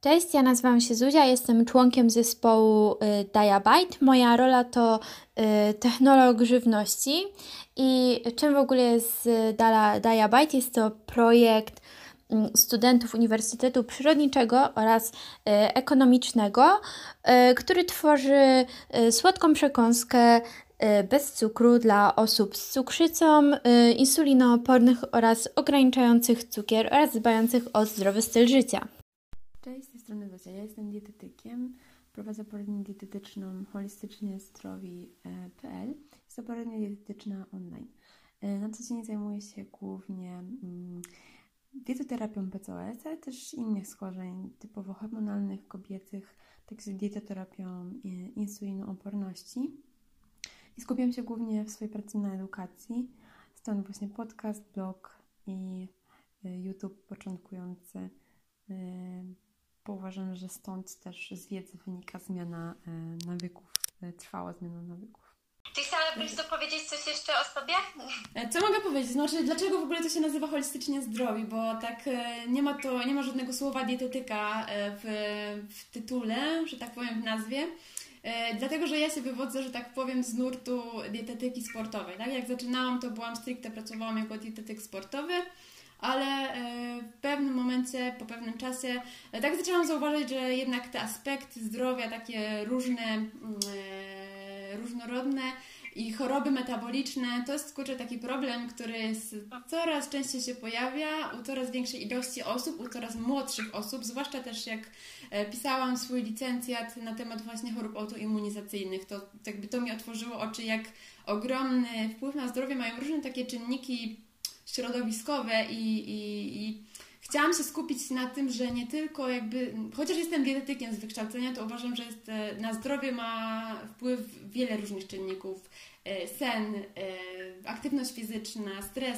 Cześć, ja nazywam się Zuzia, jestem członkiem zespołu Diabyte. Moja rola to technolog żywności i czym w ogóle jest Diabyte? Jest to projekt studentów Uniwersytetu Przyrodniczego oraz Ekonomicznego, który tworzy słodką przekąskę bez cukru dla osób z cukrzycą, insulinoopornych oraz ograniczających cukier oraz dbających o zdrowy styl życia. Cześć, z tej strony Zosia. Ja jestem dietetykiem. Prowadzę poradnię dietetyczną holistycznie zdrowi.pl. Jest to poradnia dietetyczna online. Na co dzień zajmuję się głównie dietoterapią PCOS, ale też innych schorzeń typowo hormonalnych, kobiecych, także dietoterapią insulinooporności. I skupiam się głównie w swojej pracy na edukacji. Stąd właśnie podcast, blog i YouTube początkujący. Bo uważam, że stąd też z wiedzy wynika zmiana nawyków, trwała zmiana nawyków. Czy chciałabyś dopowiedzieć coś jeszcze o sobie? Co mogę powiedzieć? Znaczy, dlaczego w ogóle to się nazywa holistycznie zdrowi? Bo tak nie ma żadnego słowa dietetyka w tytule, że tak powiem w nazwie. Dlatego, że ja się wywodzę, że tak powiem, z nurtu dietetyki sportowej. Tak? Jak zaczynałam, to pracowałam jako dietetyk sportowy, ale w pewnym momencie, po pewnym czasie, tak zaczęłam zauważyć, że jednak te aspekty zdrowia, takie różnorodne i choroby metaboliczne, to jest taki problem, który coraz częściej się pojawia u coraz większej ilości osób, u coraz młodszych osób, zwłaszcza też jak pisałam swój licencjat na temat właśnie chorób autoimmunizacyjnych, to mi otworzyło oczy, jak ogromny wpływ na zdrowie mają różne takie czynniki środowiskowe i chciałam się skupić na tym, że nie tylko chociaż jestem dietetykiem z wykształcenia, to uważam, że na zdrowie ma wpływ wiele różnych czynników. Sen, aktywność fizyczna, stres,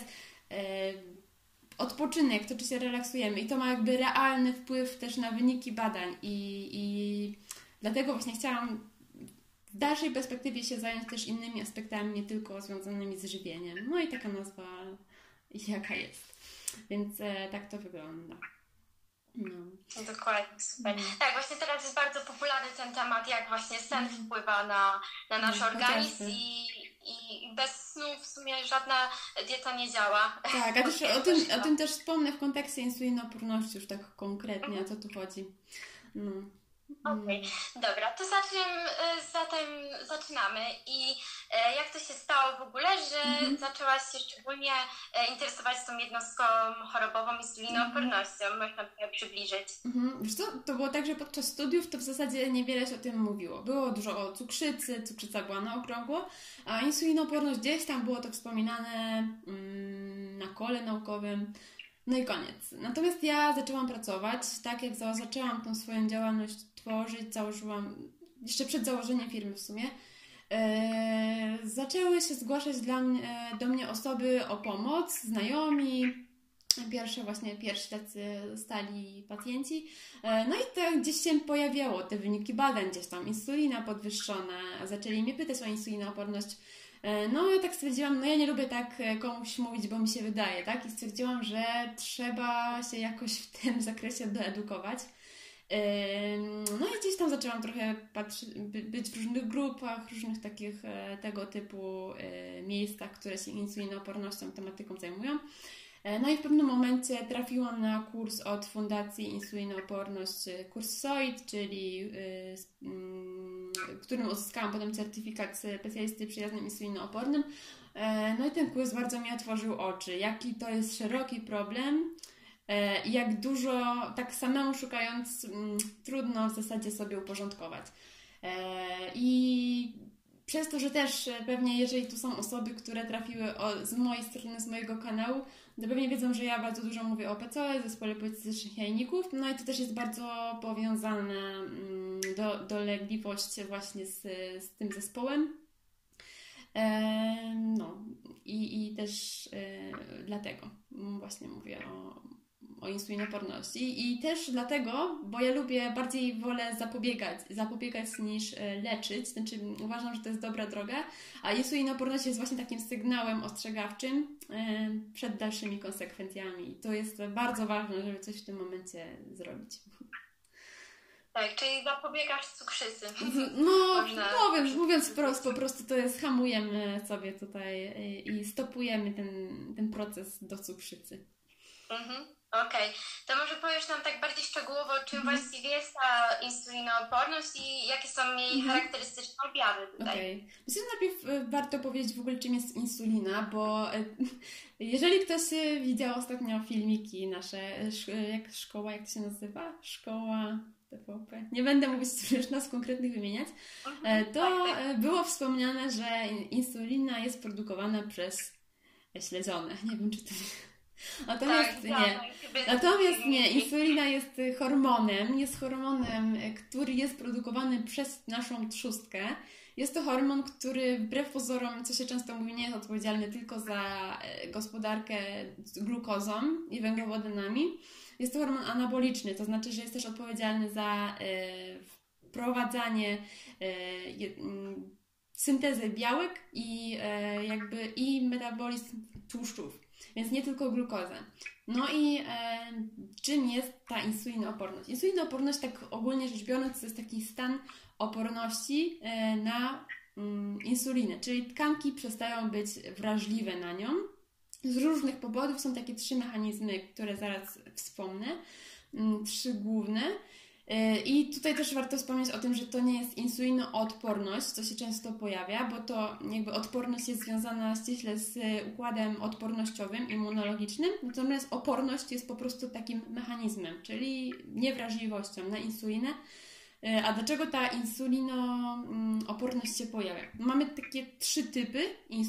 odpoczynek, to czy się relaksujemy i to ma realny wpływ też na wyniki badań i dlatego właśnie chciałam w dalszej perspektywie się zająć też innymi aspektami, nie tylko związanymi z żywieniem. No i taka nazwa jaka jest. Więc tak to wygląda. No. Dokładnie, super. Tak, właśnie teraz jest bardzo popularny ten temat, jak właśnie sen wpływa na nasz organizm i bez snu w sumie żadna dieta nie działa. Tak, a też o tym też wspomnę w kontekście insulinooporności już tak konkretnie, o co tu chodzi. No. Okej, dobra, to zatem zaczynamy. I jak to się stało w ogóle, że zaczęłaś się szczególnie interesować tą jednostką chorobową insulinoopornością? Można by przybliżyć. Wiesz co, to było tak, że podczas studiów to w zasadzie niewiele się o tym mówiło. Było dużo o cukrzyca była na okrągło, a insulinooporność gdzieś tam było to wspominane na kole naukowym. No i koniec. Natomiast ja zaczęłam pracować, tak jak zaczęłam tą swoją działalność tworzyć, założyłam, jeszcze przed założeniem firmy w sumie, zaczęły się zgłaszać do mnie osoby o pomoc, znajomi, pierwsi tacy stali pacjenci. No i to gdzieś się pojawiało, te wyniki badań, gdzieś tam insulina podwyższona, zaczęli mnie pytać o insulinooporność. No ja tak stwierdziłam, ja nie lubię tak komuś mówić, bo mi się wydaje, tak? I stwierdziłam, że trzeba się jakoś w tym zakresie doedukować. No i gdzieś tam zaczęłam trochę być w różnych grupach, różnych takich tego typu miejscach, które się insulinoopornością, tematyką zajmują. No i w pewnym momencie trafiłam na kurs od Fundacji Insulinooporność, kurs SOIT, czyli którym uzyskałam potem certyfikat specjalisty przyjaznym insulinoopornym. No i ten kurs bardzo mi otworzył oczy, jaki to jest szeroki problem i jak dużo, tak samemu szukając, trudno w zasadzie sobie uporządkować. I przez to, że też pewnie jeżeli tu są osoby, które trafiły z mojej strony, z mojego kanału, to pewnie wiedzą, że ja bardzo dużo mówię o PCOS, zespole policystycznych jajników, no i to też jest bardzo powiązane dolegliwość właśnie z tym zespołem. No i też dlatego właśnie mówię o insulinooporności i też dlatego, bo ja wolę zapobiegać niż leczyć, znaczy uważam, że to jest dobra droga, a insulinooporność jest właśnie takim sygnałem ostrzegawczym przed dalszymi konsekwencjami i to jest bardzo ważne, żeby coś w tym momencie zrobić. Tak, czyli zapobiegasz cukrzycy. No, mówiąc wprost, po prostu to jest, hamujemy sobie tutaj i stopujemy ten proces do cukrzycy. Okej. To może powiesz nam tak bardziej szczegółowo, czym właściwie jest ta insulinooporność i jakie są jej charakterystyczne objawy tutaj. Myślę, że najpierw warto powiedzieć w ogóle, czym jest insulina, bo jeżeli ktoś widział ostatnio filmiki nasze, jak to się nazywa? Szkoła TVP. Nie będę mówić już nas konkretnych wymieniać. To było wspomniane, że insulina jest produkowana przez śledzione. Nie wiem, czy to... Natomiast nie, insulina jest hormonem, który jest produkowany przez naszą trzustkę. Jest to hormon, który wbrew pozorom, co się często mówi, nie jest odpowiedzialny tylko za gospodarkę glukozą i węglowodanami. Jest to hormon anaboliczny, to znaczy, że jest też odpowiedzialny za wprowadzanie syntezę białek i metabolizm tłuszczów. Więc nie tylko glukozę. No i czym jest ta insulinooporność? Insulinooporność, tak ogólnie rzecz biorąc, to jest taki stan oporności na insulinę, czyli tkanki przestają być wrażliwe na nią. Z różnych powodów są takie 3 mechanizmy, które zaraz wspomnę, 3 główne. I tutaj też warto wspomnieć o tym, że to nie jest insulinoodporność, co się często pojawia, bo to jakby odporność jest związana ściśle z układem odpornościowym, immunologicznym, natomiast oporność jest po prostu takim mechanizmem, czyli niewrażliwością na insulinę. A dlaczego ta insulinooporność się pojawia? Mamy takie 3 typy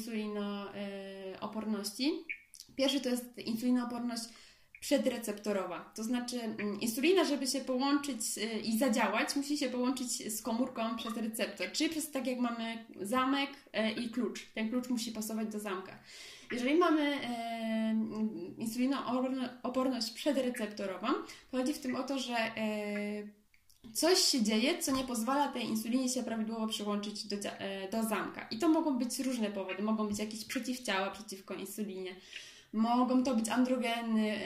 insulinooporności. Pierwszy to jest insulinooporność przedreceptorowa. To znaczy insulina, żeby się połączyć i zadziałać, musi się połączyć z komórką przez receptor, czyli przez tak jak mamy zamek i klucz. Ten klucz musi pasować do zamka. Jeżeli mamy insulinooporność przedreceptorową, to chodzi w tym o to, że coś się dzieje, co nie pozwala tej insulinie się prawidłowo przyłączyć do zamka. I to mogą być różne powody. Mogą być jakieś przeciwciała przeciwko insulinie. Mogą to być androgeny,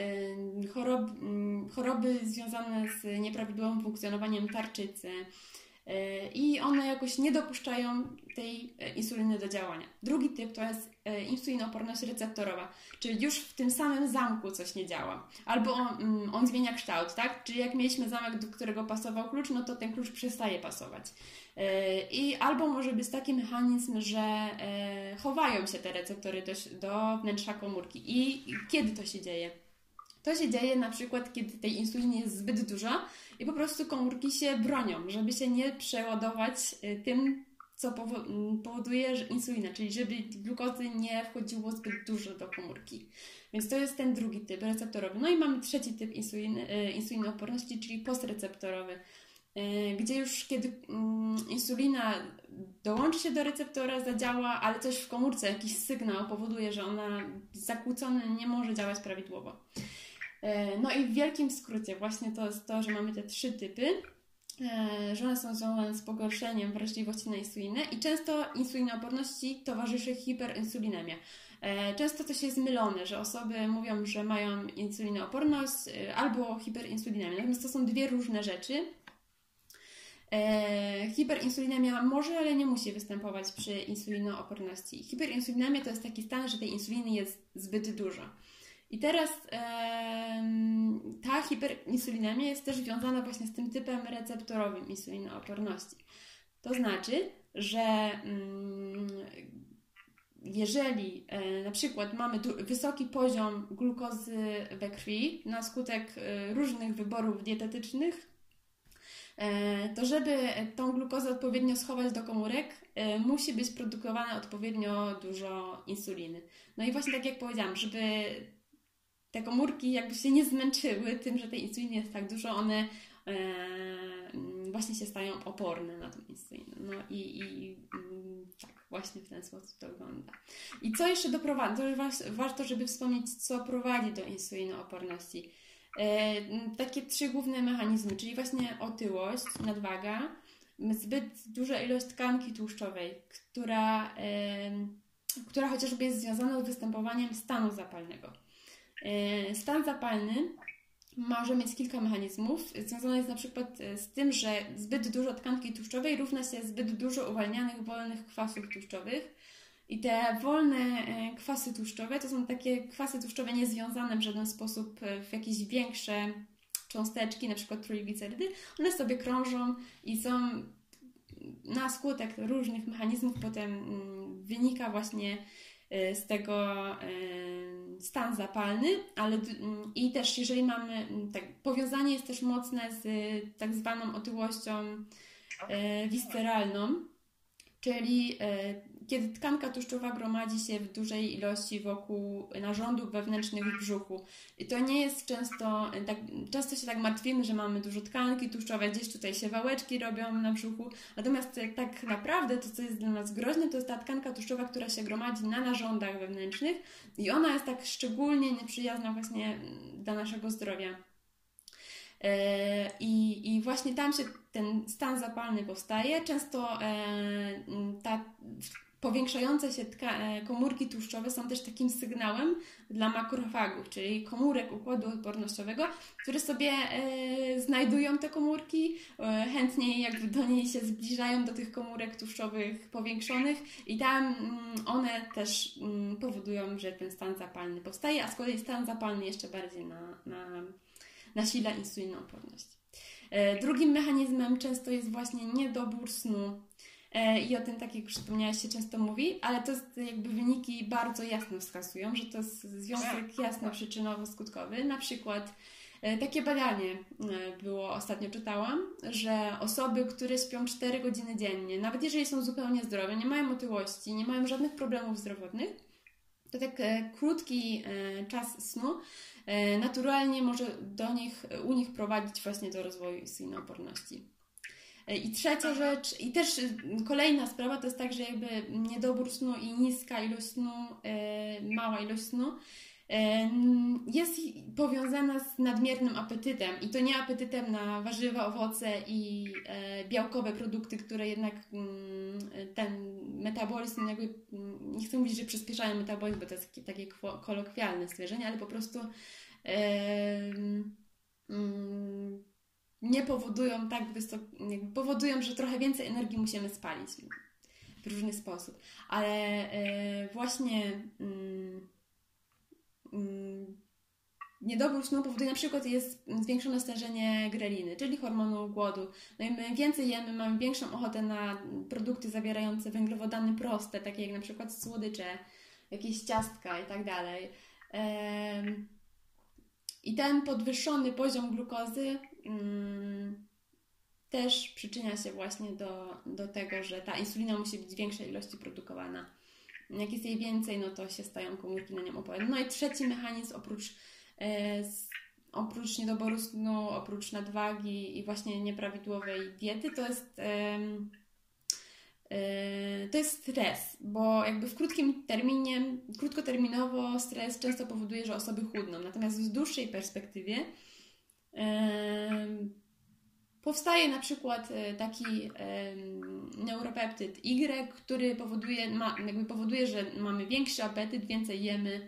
choroby związane z nieprawidłowym funkcjonowaniem tarczycy i one jakoś nie dopuszczają tej insuliny do działania. Drugi typ to jest insulinooporność receptorowa, czyli już w tym samym zamku coś nie działa. Albo on zmienia kształt, tak? Czyli jak mieliśmy zamek, do którego pasował klucz, no to ten klucz przestaje pasować. I albo może być taki mechanizm, że chowają się te receptory do wnętrza komórki. I kiedy to się dzieje? To się dzieje na przykład, kiedy tej insuliny jest zbyt dużo i po prostu komórki się bronią, żeby się nie przeładować tym, co powoduje insulina, czyli żeby glukozy nie wchodziło zbyt dużo do komórki. Więc to jest ten drugi typ receptorowy. No i mamy trzeci typ insulinooporności, czyli postreceptorowy, gdzie już kiedy insulina dołączy się do receptora, zadziała, ale coś w komórce, jakiś sygnał powoduje, że ona zakłócona nie może działać prawidłowo. No i w wielkim skrócie właśnie to jest to, że mamy te 3 typy, że one są związane z pogorszeniem wrażliwości na insulinę i często insulinooporności towarzyszy hiperinsulinemia. Często to się jest mylone, że osoby mówią, że mają insulinooporność albo hiperinsulinemię. Natomiast to są 2 różne rzeczy. Hiperinsulinemia może, ale nie musi występować przy insulinooporności. Hiperinsulinemia to jest taki stan, że tej insuliny jest zbyt dużo. I teraz ta hiperinsulinemia jest też związana właśnie z tym typem receptorowym insulinooporności. To znaczy, że jeżeli na przykład mamy wysoki poziom glukozy we krwi na skutek różnych wyborów dietetycznych, to żeby tą glukozę odpowiednio schować do komórek, musi być produkowane odpowiednio dużo insuliny. No i właśnie tak jak powiedziałam, żeby te komórki jakby się nie zmęczyły tym, że tej insuliny jest tak dużo, one właśnie się stają oporne na tą insulinę. No i tak, właśnie w ten sposób to wygląda. I co jeszcze doprowadzi? To warto, żeby wspomnieć, co prowadzi do insulinooporności. Takie 3 główne mechanizmy, czyli właśnie otyłość, nadwaga, zbyt duża ilość tkanki tłuszczowej, która chociażby jest związana z występowaniem stanu zapalnego. Stan zapalny może mieć kilka mechanizmów. Związane jest na przykład z tym, że zbyt dużo tkanki tłuszczowej równa się zbyt dużo uwalnianych wolnych kwasów tłuszczowych. I te wolne kwasy tłuszczowe to są takie kwasy tłuszczowe niezwiązane w żaden sposób w jakieś większe cząsteczki, na przykład trójglicerydy. One sobie krążą i są na skutek różnych mechanizmów potem wynika właśnie z tego stan zapalny, ale i też jeżeli mamy, tak, powiązanie jest też mocne z tak zwaną otyłością wisceralną, czyli kiedy tkanka tłuszczowa gromadzi się w dużej ilości wokół narządów wewnętrznych w brzuchu. I to nie jest często się tak martwimy, że mamy dużo tkanki tłuszczowej, gdzieś tutaj się wałeczki robią na brzuchu. Natomiast tak naprawdę to, co jest dla nas groźne, to jest ta tkanka tłuszczowa, która się gromadzi na narządach wewnętrznych i ona jest tak szczególnie nieprzyjazna właśnie dla naszego zdrowia. I właśnie tam się ten stan zapalny powstaje. Często powiększające się komórki tłuszczowe są też takim sygnałem dla makrofagów, czyli komórek układu odpornościowego, które sobie znajdują te komórki, chętnie jakby do niej się zbliżają, do tych komórek tłuszczowych powiększonych i tam one też powodują, że ten stan zapalny powstaje, a z kolei stan zapalny jeszcze bardziej nasila insulinooporność. Drugim mechanizmem często jest właśnie niedobór snu i o tym, tak jak już wspomniałaś, się często mówi, ale to jest jakby wyniki bardzo jasno wskazują, że to jest związek jasno-przyczynowo-skutkowy. Na przykład takie badanie ostatnio czytałam, że osoby, które śpią 4 godziny dziennie, nawet jeżeli są zupełnie zdrowe, nie mają otyłości, nie mają żadnych problemów zdrowotnych, to tak krótki czas snu naturalnie może u nich prowadzić właśnie do rozwoju insulinooporności. I trzecia rzecz, i też kolejna sprawa, to jest tak, że jakby niedobór snu i niska ilość snu, mała ilość snu jest powiązana z nadmiernym apetytem i to nie apetytem na warzywa, owoce i białkowe produkty, które jednak ten metabolizm jakby, nie chcę mówić, że przyspieszają metabolizm, bo to jest takie kolokwialne stwierdzenie, ale po prostu nie powodują powodują, że trochę więcej energii musimy spalić w różny sposób, ale właśnie niedobór snu powoduje na przykład jest zwiększone stężenie greliny, czyli hormonu głodu. No i my więcej jemy, mamy większą ochotę na produkty zawierające węglowodany proste, takie jak na przykład słodycze, jakieś ciastka i tak dalej. I ten podwyższony poziom glukozy też przyczynia się właśnie do tego, że ta insulina musi być w większej ilości produkowana. Jak jest jej więcej, no to się stają komórki na nią oporne. No i trzeci mechanizm oprócz niedoboru snu, oprócz nadwagi i właśnie nieprawidłowej diety, to jest stres, bo jakby w krótkim terminie, krótkoterminowo stres często powoduje, że osoby chudną, natomiast w dłuższej perspektywie powstaje na przykład taki neuropeptyd Y, który powoduje, że mamy większy apetyt, więcej jemy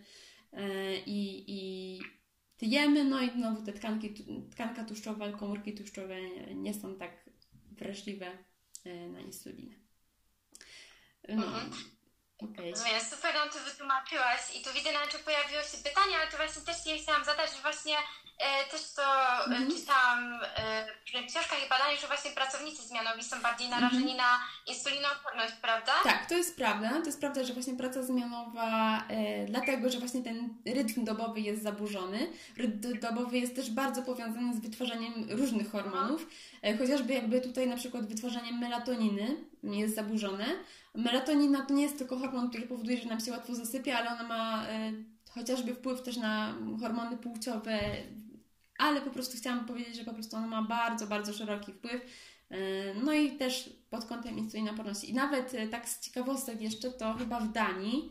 i tyjemy, no i znowu te tkanka tłuszczowa, komórki tłuszczowe nie są tak wrażliwe na insulinę. No. Okay. Rozumiem, super nam to wytłumaczyłaś i tu widzę, że pojawiło się pytanie, ale to właśnie też jej chciałam zadać, że właśnie też to czytałam w książkach i badaniach, że właśnie pracownicy zmianowi są bardziej narażeni na insulinooporność, prawda? Tak, to jest prawda. To jest prawda, że właśnie praca zmianowa, dlatego, że właśnie ten rytm dobowy jest zaburzony. Rytm dobowy jest też bardzo powiązany z wytwarzaniem różnych hormonów, chociażby jakby tutaj na przykład wytwarzaniem melatoniny jest zaburzone. Melatonina to nie jest tylko hormon, który powoduje, że nam się łatwo zasypia, ale ona ma chociażby wpływ też na hormony płciowe, ale po prostu chciałam powiedzieć, że po prostu ona ma bardzo, bardzo szeroki wpływ. No i też pod kątem insulinooporności. I nawet tak z ciekawostek jeszcze, to chyba w Danii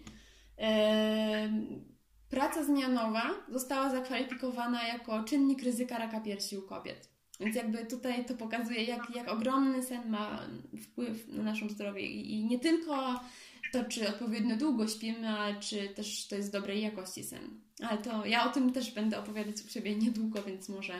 praca zmianowa została zakwalifikowana jako czynnik ryzyka raka piersi u kobiet. Więc jakby tutaj to pokazuje, jak ogromny sen ma wpływ na nasze zdrowie. I nie tylko to, czy odpowiednio długo śpimy, a czy też to jest dobrej jakości sen. Ale to ja o tym też będę opowiadać u siebie niedługo, więc może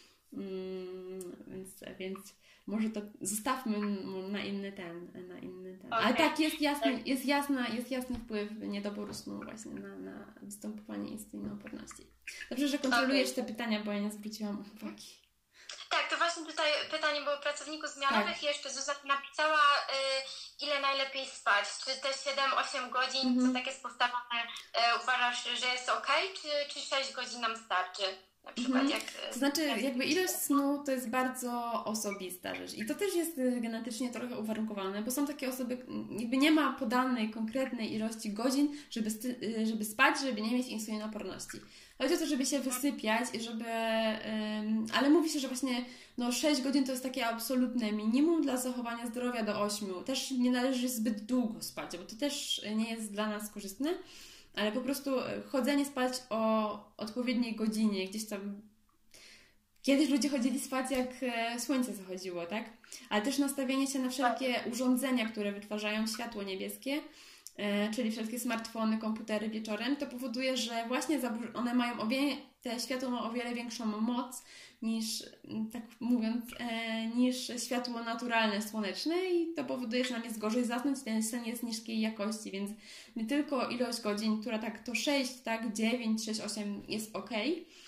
więc może to zostawmy na inny ten. Okay. Ale tak, jest jasny wpływ niedoboru snu właśnie na występowanie insulinooporności. Dobrze, że kontrolujesz te pytania, bo ja nie zwróciłam uwagi. Tak, to właśnie tutaj pytanie było pracowników zmianowych. Tak. Jeszcze Zuzanna napisała, ile najlepiej spać. Czy te 7-8 godzin, co tak jest postawione, uważasz, że jest ok, czy 6 godzin nam starczy? Na przykład to znaczy jakby ilość snu to jest bardzo osobista rzecz i to też jest genetycznie trochę uwarunkowane, bo są takie osoby, jakby nie ma podanej konkretnej ilości godzin, żeby spać, żeby nie mieć insulinooporności. Chodzi o to, żeby się wysypiać i żeby... ale mówi się, że właśnie 6 godzin to jest takie absolutne minimum dla zachowania zdrowia do 8. Też nie należy zbyt długo spać, bo to też nie jest dla nas korzystne. Ale po prostu chodzenie spać o odpowiedniej godzinie, gdzieś tam... Kiedyś ludzie chodzili spać, jak słońce zachodziło, tak? Ale też nastawienie się na wszelkie urządzenia, które wytwarzają światło niebieskie, czyli wszelkie smartfony, komputery wieczorem, to powoduje, że właśnie one mają te światło ma o wiele większą moc niż, tak mówiąc, niż światło naturalne, słoneczne i to powoduje, że nam jest gorzej zasnąć, ten sen jest niskiej jakości, więc nie tylko ilość godzin, która tak to 6, tak, 9, 6, 8 jest ok.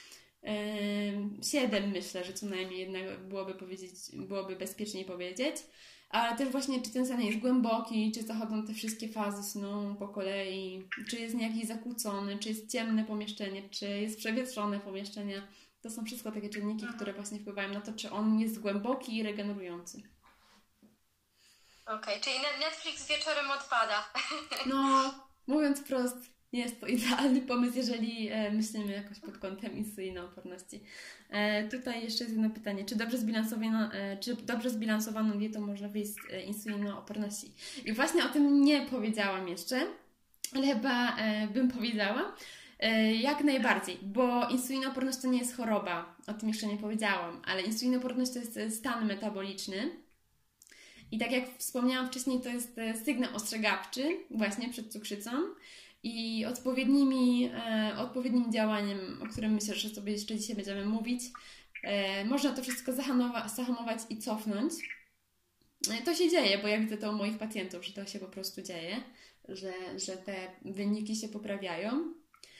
7 myślę, że co najmniej jednak byłoby bezpieczniej powiedzieć. Ale też właśnie, czy ten sen jest głęboki, czy zachodzą te wszystkie fazy snu po kolei, czy jest jakiś zakłócony, czy jest ciemne pomieszczenie, czy jest przewietrzone pomieszczenie. To są wszystko takie czynniki, które właśnie wpływają na to, czy on jest głęboki i regenerujący. Okej, czyli Netflix wieczorem odpada. No, mówiąc wprost, nie jest to idealny pomysł, jeżeli myślimy jakoś pod kątem insulinooporności. Tutaj jeszcze jest jedno pytanie. Czy dobrze zbilansowaną dietą można wyjść z insulinooporności? I właśnie o tym nie powiedziałam jeszcze, ale chyba bym powiedziała. Jak najbardziej, bo insulinooporność to nie jest choroba. O tym jeszcze nie powiedziałam, ale insulinooporność to jest stan metaboliczny. I tak jak wspomniałam wcześniej, to jest sygnał ostrzegawczy właśnie przed cukrzycą. I odpowiednim działaniem, o którym myślę, że sobie jeszcze dzisiaj będziemy mówić, można to wszystko zahamować i cofnąć. To się dzieje, bo ja widzę to u moich pacjentów, że to się po prostu dzieje, że te wyniki się poprawiają.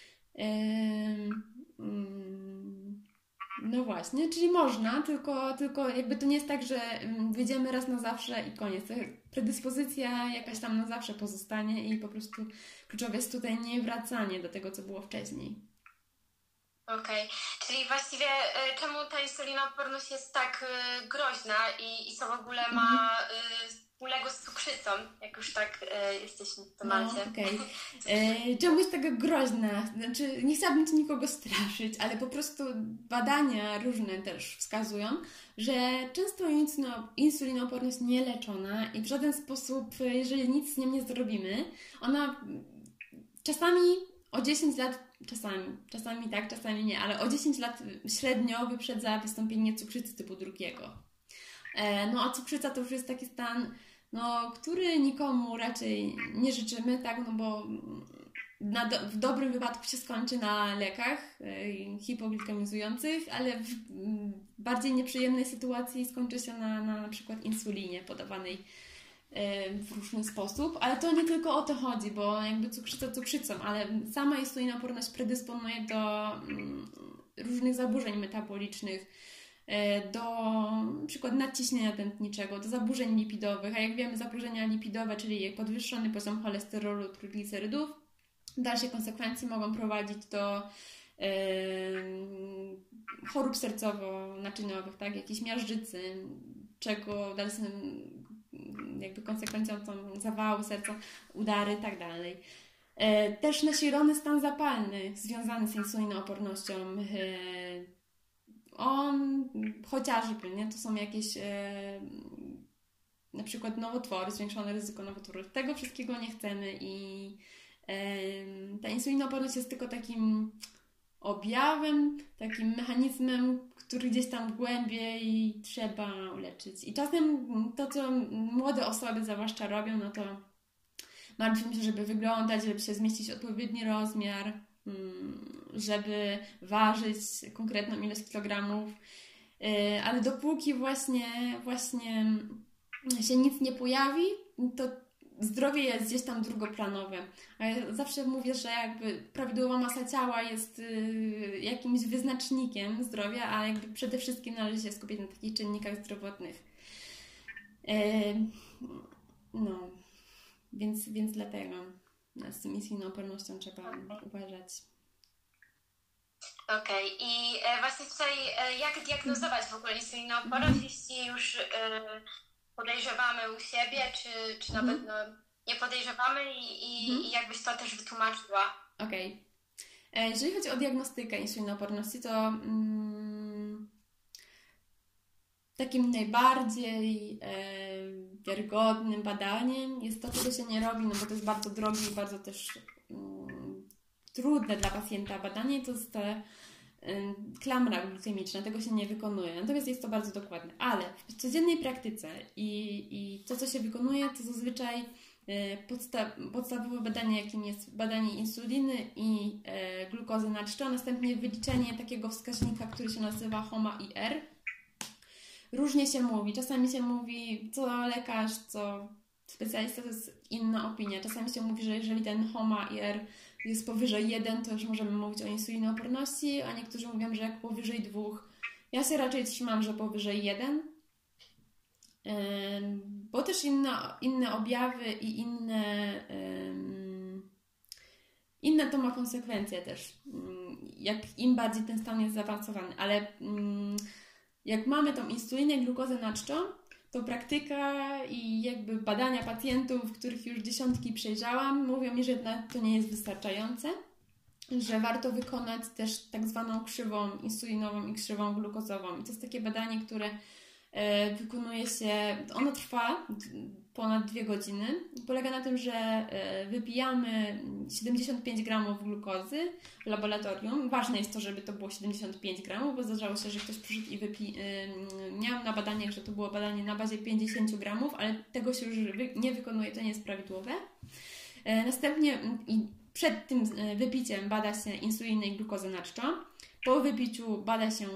No właśnie, czyli można, tylko jakby to nie jest tak, że wyjdziemy raz na zawsze i koniec. Predyspozycja jakaś tam na zawsze pozostanie i po prostu kluczowe jest tutaj niewracanie do tego, co było wcześniej. Okej, czyli właściwie czemu ta insulinooporność jest tak groźna i co w ogóle ma wspólnego z cukrzycą, jak już tak jesteśmy w temacie. No, okej. Czemu jest taka groźna? Znaczy, nie chciałabym tu nikogo straszyć, ale po prostu badania różne też wskazują, że często insulinooporność nieleczona i w żaden sposób, jeżeli nic z nią nie zrobimy, ona czasami o 10 lat, czasami tak, czasami nie, ale o 10 lat średnio wyprzedza wystąpienie cukrzycy typu 2. No a cukrzyca to już jest taki stan, który nikomu raczej nie życzymy, tak, no bo w dobrym wypadku się skończy na lekach hipoglikemizujących, ale w bardziej nieprzyjemnej sytuacji skończy się na przykład insulinie podawanej w różny sposób, ale to nie tylko o to chodzi, bo jakby cukrzyca cukrzycą, ale sama insulinooporność predysponuje do różnych zaburzeń metabolicznych, do na przykład nadciśnienia tętniczego, do zaburzeń lipidowych, a jak wiemy zaburzenia lipidowe, czyli podwyższony poziom cholesterolu, trójglicerydów, w dalszej konsekwencji mogą prowadzić do chorób sercowo-naczyniowych, tak, jakiejś miażdżycy, czego dalszym jakby konsekwencją są zawały serca, udary i tak dalej. Też nasilony stan zapalny związany z insulinoopornością. On chociażby, nie? To są jakieś na przykład nowotwory, zwiększone ryzyko nowotworów. Tego wszystkiego nie chcemy i ta insulinooporność jest tylko takim objawem, takim mechanizmem, który gdzieś tam głębiej trzeba uleczyć. I czasem to, co młode osoby zwłaszcza robią, no to martwimy się, żeby wyglądać, żeby się zmieścić odpowiedni rozmiar, żeby ważyć konkretną ilość kilogramów, ale dopóki właśnie się nic nie pojawi, to zdrowie jest gdzieś tam drugoplanowe. A ja zawsze mówię, że jakby prawidłowa masa ciała jest jakimś wyznacznikiem zdrowia, a jakby przede wszystkim należy się skupić na takich czynnikach zdrowotnych. No, więc dlatego z tą insulinoopornością trzeba uważać. Okej. I właśnie tutaj jak diagnozować w ogóle insulinooporność, jeśli już podejrzewamy u siebie, czy nawet nie podejrzewamy i jakbyś to też wytłumaczyła? Okej. Jeżeli chodzi o diagnostykę insulinooporności, to takim najbardziej wiarygodnym badaniem jest to, czego się nie robi, no bo to jest bardzo drogie i bardzo też trudne dla pacjenta badanie, to jest klamra glikemiczna, tego się nie wykonuje. Natomiast jest to bardzo dokładne. Ale w codziennej praktyce i to, co się wykonuje, to zazwyczaj podstawowe badanie, jakim jest badanie insuliny i glukozy naczczo, a następnie wyliczenie takiego wskaźnika, który się nazywa HOMA-IR. Różnie się mówi. Czasami się mówi, co lekarz, co specjalista, to jest inna opinia. Czasami się mówi, że jeżeli ten HOMA-IR jest powyżej 1, to już możemy mówić o insulinooporności, a niektórzy mówią, że jak powyżej 2. Ja się raczej trzymam, że powyżej 1, bo też inne objawy i inne to ma konsekwencje też, jak im bardziej ten stan jest zaawansowany. Ale jak mamy tą insulinę i glukozę naczczą, to praktyka i jakby badania pacjentów, których już dziesiątki przejrzałam, mówią mi, że jednak to nie jest wystarczające, że warto wykonać też tak zwaną krzywą insulinową i krzywą glukozową. I to jest takie badanie, które wykonuje się, ono trwa ponad 2 godziny. Polega na tym, że wypijamy 75 gramów glukozy w laboratorium. Ważne jest to, żeby to było 75 gramów, bo zdarzało się, że ktoś przyszedł i miałam na badaniach, że to było badanie na bazie 50 gramów, ale tego się już nie wykonuje, to nie jest prawidłowe. Następnie przed tym wypiciem bada się insulinę i glukozę naczczą. Po wypiciu bada się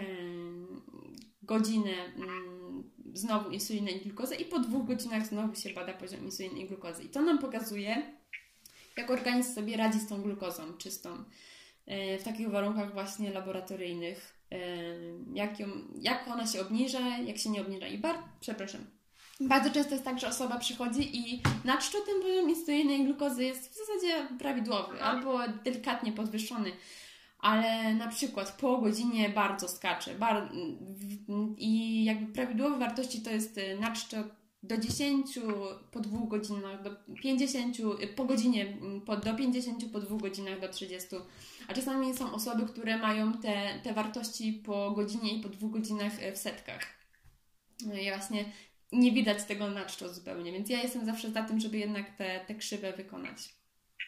godzinę znowu insulinę i glukozę i po 2 godzinach znowu się bada poziom insuliny i glukozy. I to nam pokazuje, jak organizm sobie radzi z tą glukozą czystą w takich warunkach właśnie laboratoryjnych. Jak ona się obniża, jak się nie obniża. Bardzo często jest tak, że osoba przychodzi i na czczo ten poziom insuliny i glukozy jest w zasadzie prawidłowy albo delikatnie podwyższony. Ale na przykład po godzinie bardzo skacze i jakby prawidłowe wartości to jest na czczo do 10, po 2 godzinach do 50, po godzinie do 50, po 2 godzinach do 30. A czasami są osoby, które mają te wartości po godzinie i po 2 godzinach w setkach. No i właśnie nie widać tego na czczo zupełnie, więc ja jestem zawsze za tym, żeby jednak te krzywe wykonać.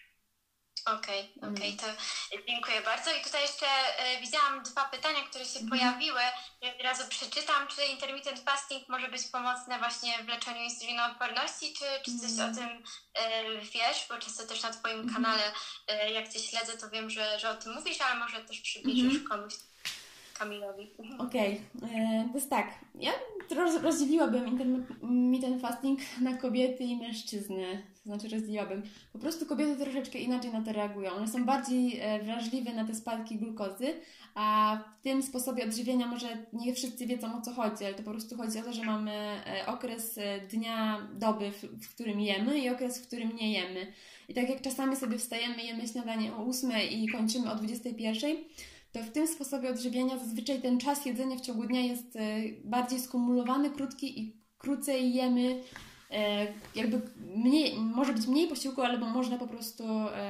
Okej, to dziękuję bardzo. I tutaj jeszcze widziałam 2 pytania, które się pojawiły. Ja od razu przeczytam. Czy intermittent fasting może być pomocne właśnie w leczeniu insulinooporności, czy coś o tym wiesz? Bo często też na Twoim kanale, jak Cię śledzę, to wiem, że o tym mówisz, ale może też przybliżysz komuś, Kamilowi. Okej, to jest tak. Ja rozdzieliłabym intermittent fasting na kobiety i mężczyzny. To znaczy rozdzieliłabym. Po prostu kobiety troszeczkę inaczej na to reagują. One są bardziej wrażliwe na te spadki glukozy, a w tym sposobie odżywienia może nie wszyscy wiedzą, o co chodzi, ale to po prostu chodzi o to, że mamy okres dnia, doby, w którym jemy i okres, w którym nie jemy. I tak jak czasami sobie wstajemy, jemy śniadanie o 8 i kończymy o 21, to w tym sposobie odżywiania zazwyczaj ten czas jedzenia w ciągu dnia jest bardziej skumulowany, krótki i krócej jemy, jakby może być mniej posiłku, albo można po prostu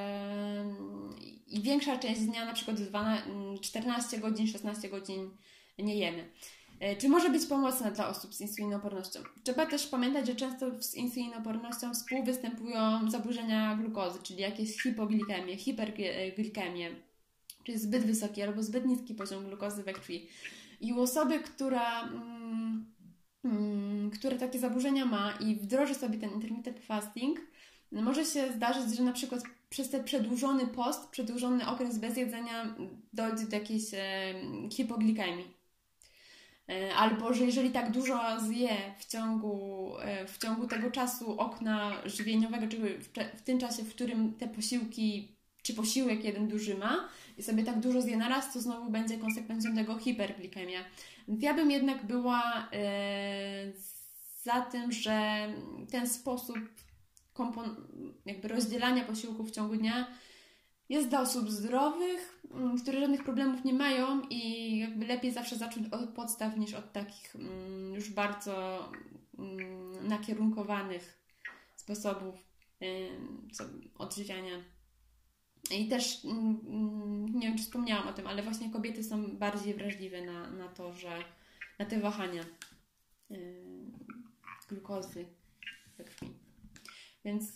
i większa część dnia, na przykład 14 godzin, 16 godzin nie jemy. Czy może być pomocna dla osób z insulinoopornością? Trzeba też pamiętać, że często z insulinoopornością współwystępują zaburzenia glukozy, czyli jakieś hipoglikemie, hiperglikemie, czyli zbyt wysoki albo zbyt niski poziom glukozy we krwi. I u osoby, która takie zaburzenia ma i wdroży sobie ten intermittent fasting, może się zdarzyć, że na przykład przez ten przedłużony post, przedłużony okres bez jedzenia dojdzie do jakiejś hipoglikemii. Albo, że jeżeli tak dużo zje w ciągu tego czasu okna żywieniowego, czy w tym czasie, w którym te posiłki, czy posiłek jeden duży ma i sobie tak dużo zje naraz, to znowu będzie konsekwencją tego hiperglikemia. Więc ja bym jednak była za tym, że ten sposób jakby rozdzielania posiłków w ciągu dnia jest dla osób zdrowych, które żadnych problemów nie mają i jakby lepiej zawsze zacząć od podstaw niż od takich już bardzo nakierunkowanych sposobów odżywiania. I też nie wiem, czy wspomniałam o tym, ale właśnie kobiety są bardziej wrażliwe na to, że na te wahania glukozy we krwi. Więc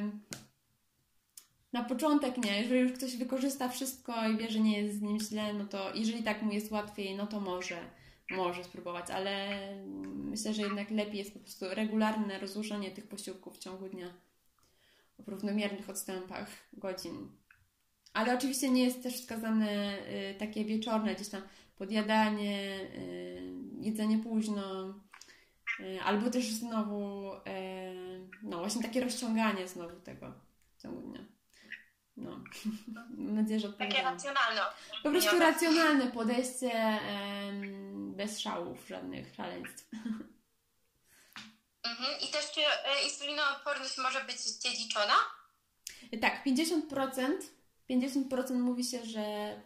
na początek nie. Jeżeli już ktoś wykorzysta wszystko i wie, że nie jest z nim źle, no to jeżeli tak mu jest łatwiej, no to może spróbować, ale myślę, że jednak lepiej jest po prostu regularne rozłożenie tych posiłków w ciągu dnia w równomiernych odstępach godzin. Ale oczywiście nie jest też wskazane takie wieczorne gdzieś tam podjadanie, jedzenie późno, albo też znowu no właśnie takie rozciąganie znowu tego w ciągu dnia. No, mam nadzieję, że odpowiedziałam. Takie racjonalne. Po prostu racjonalne podejście, bez szałów, żadnych szaleństw. I też czy insulinooporność może być dziedziczona? Tak, 50% mówi się, że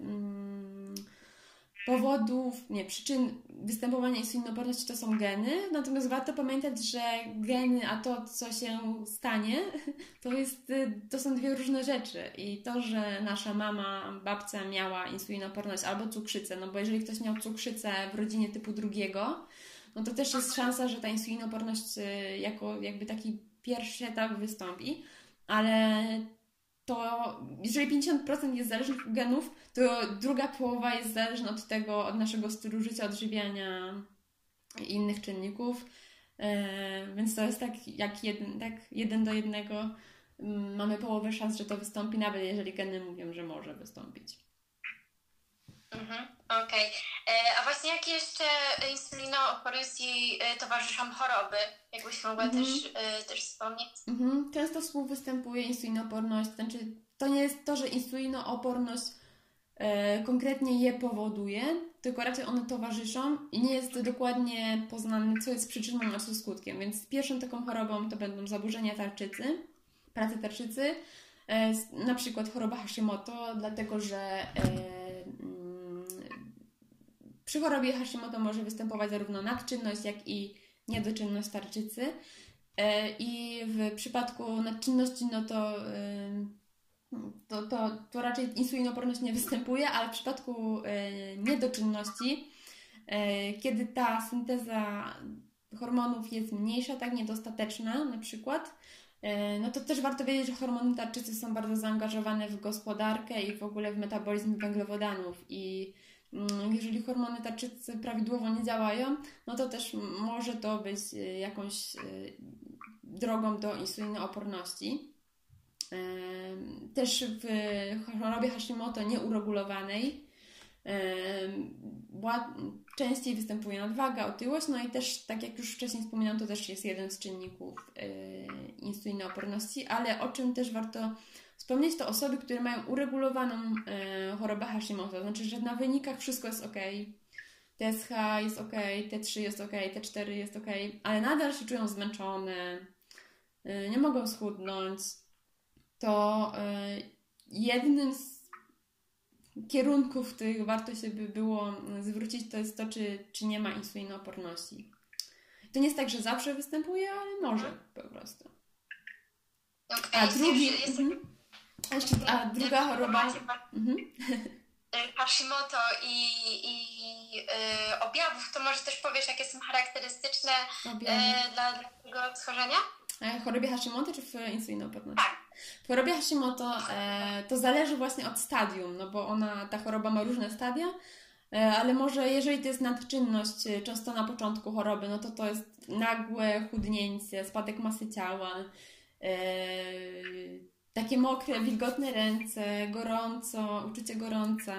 przyczyn występowania insulinooporności to są geny, natomiast warto pamiętać, że geny, a to, co się stanie, to są dwie różne rzeczy. I to, że nasza mama, babcia miała insulinooporność albo cukrzycę, no bo jeżeli ktoś miał cukrzycę w rodzinie typu drugiego, no to też jest szansa, że ta insulinooporność jako jakby taki pierwszy etap wystąpi, ale to jeżeli 50% jest zależnych od genów, to druga połowa jest zależna od tego, od naszego stylu życia, odżywiania i innych czynników. Więc to jest tak jak 1:1. Mamy połowę szans, że to wystąpi, nawet jeżeli geny mówią, że może wystąpić. Okej. A właśnie jakie jeszcze insulinooporności towarzyszą choroby? Jakbyś mogła też wspomnieć? Często współwystępuje insulinooporność. Znaczy, to nie jest to, że insulinooporność konkretnie je powoduje, tylko raczej one towarzyszą i nie jest dokładnie poznane, co jest przyczyną, a co skutkiem. Więc pierwszą taką chorobą to będą zaburzenia tarczycy, pracy tarczycy, na przykład choroba Hashimoto, dlatego że przy chorobie Hashimoto może występować zarówno nadczynność, jak i niedoczynność tarczycy. I w przypadku nadczynności, no to raczej insulinooporność nie występuje, ale w przypadku niedoczynności, kiedy ta synteza hormonów jest mniejsza, tak niedostateczna na przykład, no to też warto wiedzieć, że hormony tarczycy są bardzo zaangażowane w gospodarkę i w ogóle w metabolizm węglowodanów i jeżeli hormony tarczycy prawidłowo nie działają, no to też może to być jakąś drogą do insulinooporności. Też w chorobie Hashimoto nieuregulowanej częściej występuje nadwaga, otyłość, no i też, tak jak już wcześniej wspominałam, to też jest jeden z czynników insulinooporności, ale o czym też warto wspomnieć, to osoby, które mają uregulowaną chorobę Hashimoto, znaczy, że na wynikach wszystko jest ok, TSH jest ok, T3 jest ok, T4 jest ok, ale nadal się czują zmęczone, nie mogą schudnąć, to jednym z kierunków, w których warto się by było zwrócić, to jest to, czy nie ma insulinooporności. To nie jest tak, że zawsze występuje, ale może po prostu. Okay, a druga choroba... Hashimoto i objawów, to może też powiesz, jakie są charakterystyczne dla tego schorzenia? W chorobie Hashimoto czy w insulinooporności? Tak. W chorobie Hashimoto to zależy właśnie od stadium, no bo ta choroba ma różne stadia, ale może jeżeli to jest nadczynność, często na początku choroby, no to jest nagłe chudnięcie, spadek masy ciała, takie mokre, wilgotne ręce, uczucie gorąca,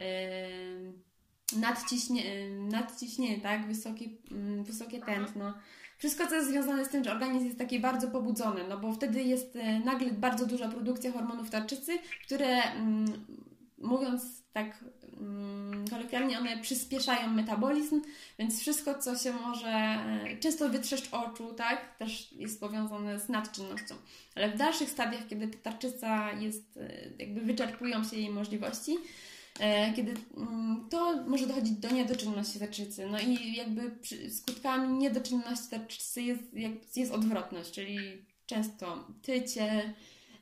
nadciśnienie, tak? Wysokie tętno. Wszystko, co jest związane z tym, że organizm jest taki bardzo pobudzony, no bo wtedy jest nagle bardzo duża produkcja hormonów tarczycy, które, mówiąc tak kolokwialnie, one przyspieszają metabolizm, więc wszystko, co się może, często wytrzeszcz oczu, tak, też jest powiązane z nadczynnością. Ale w dalszych stadiach, kiedy ta tarczyca jest, jakby wyczerpują się jej możliwości, kiedy to może dochodzić do niedoczynności tarczycy. No i jakby skutkami niedoczynności tarczycy jest odwrotność, czyli często tycie,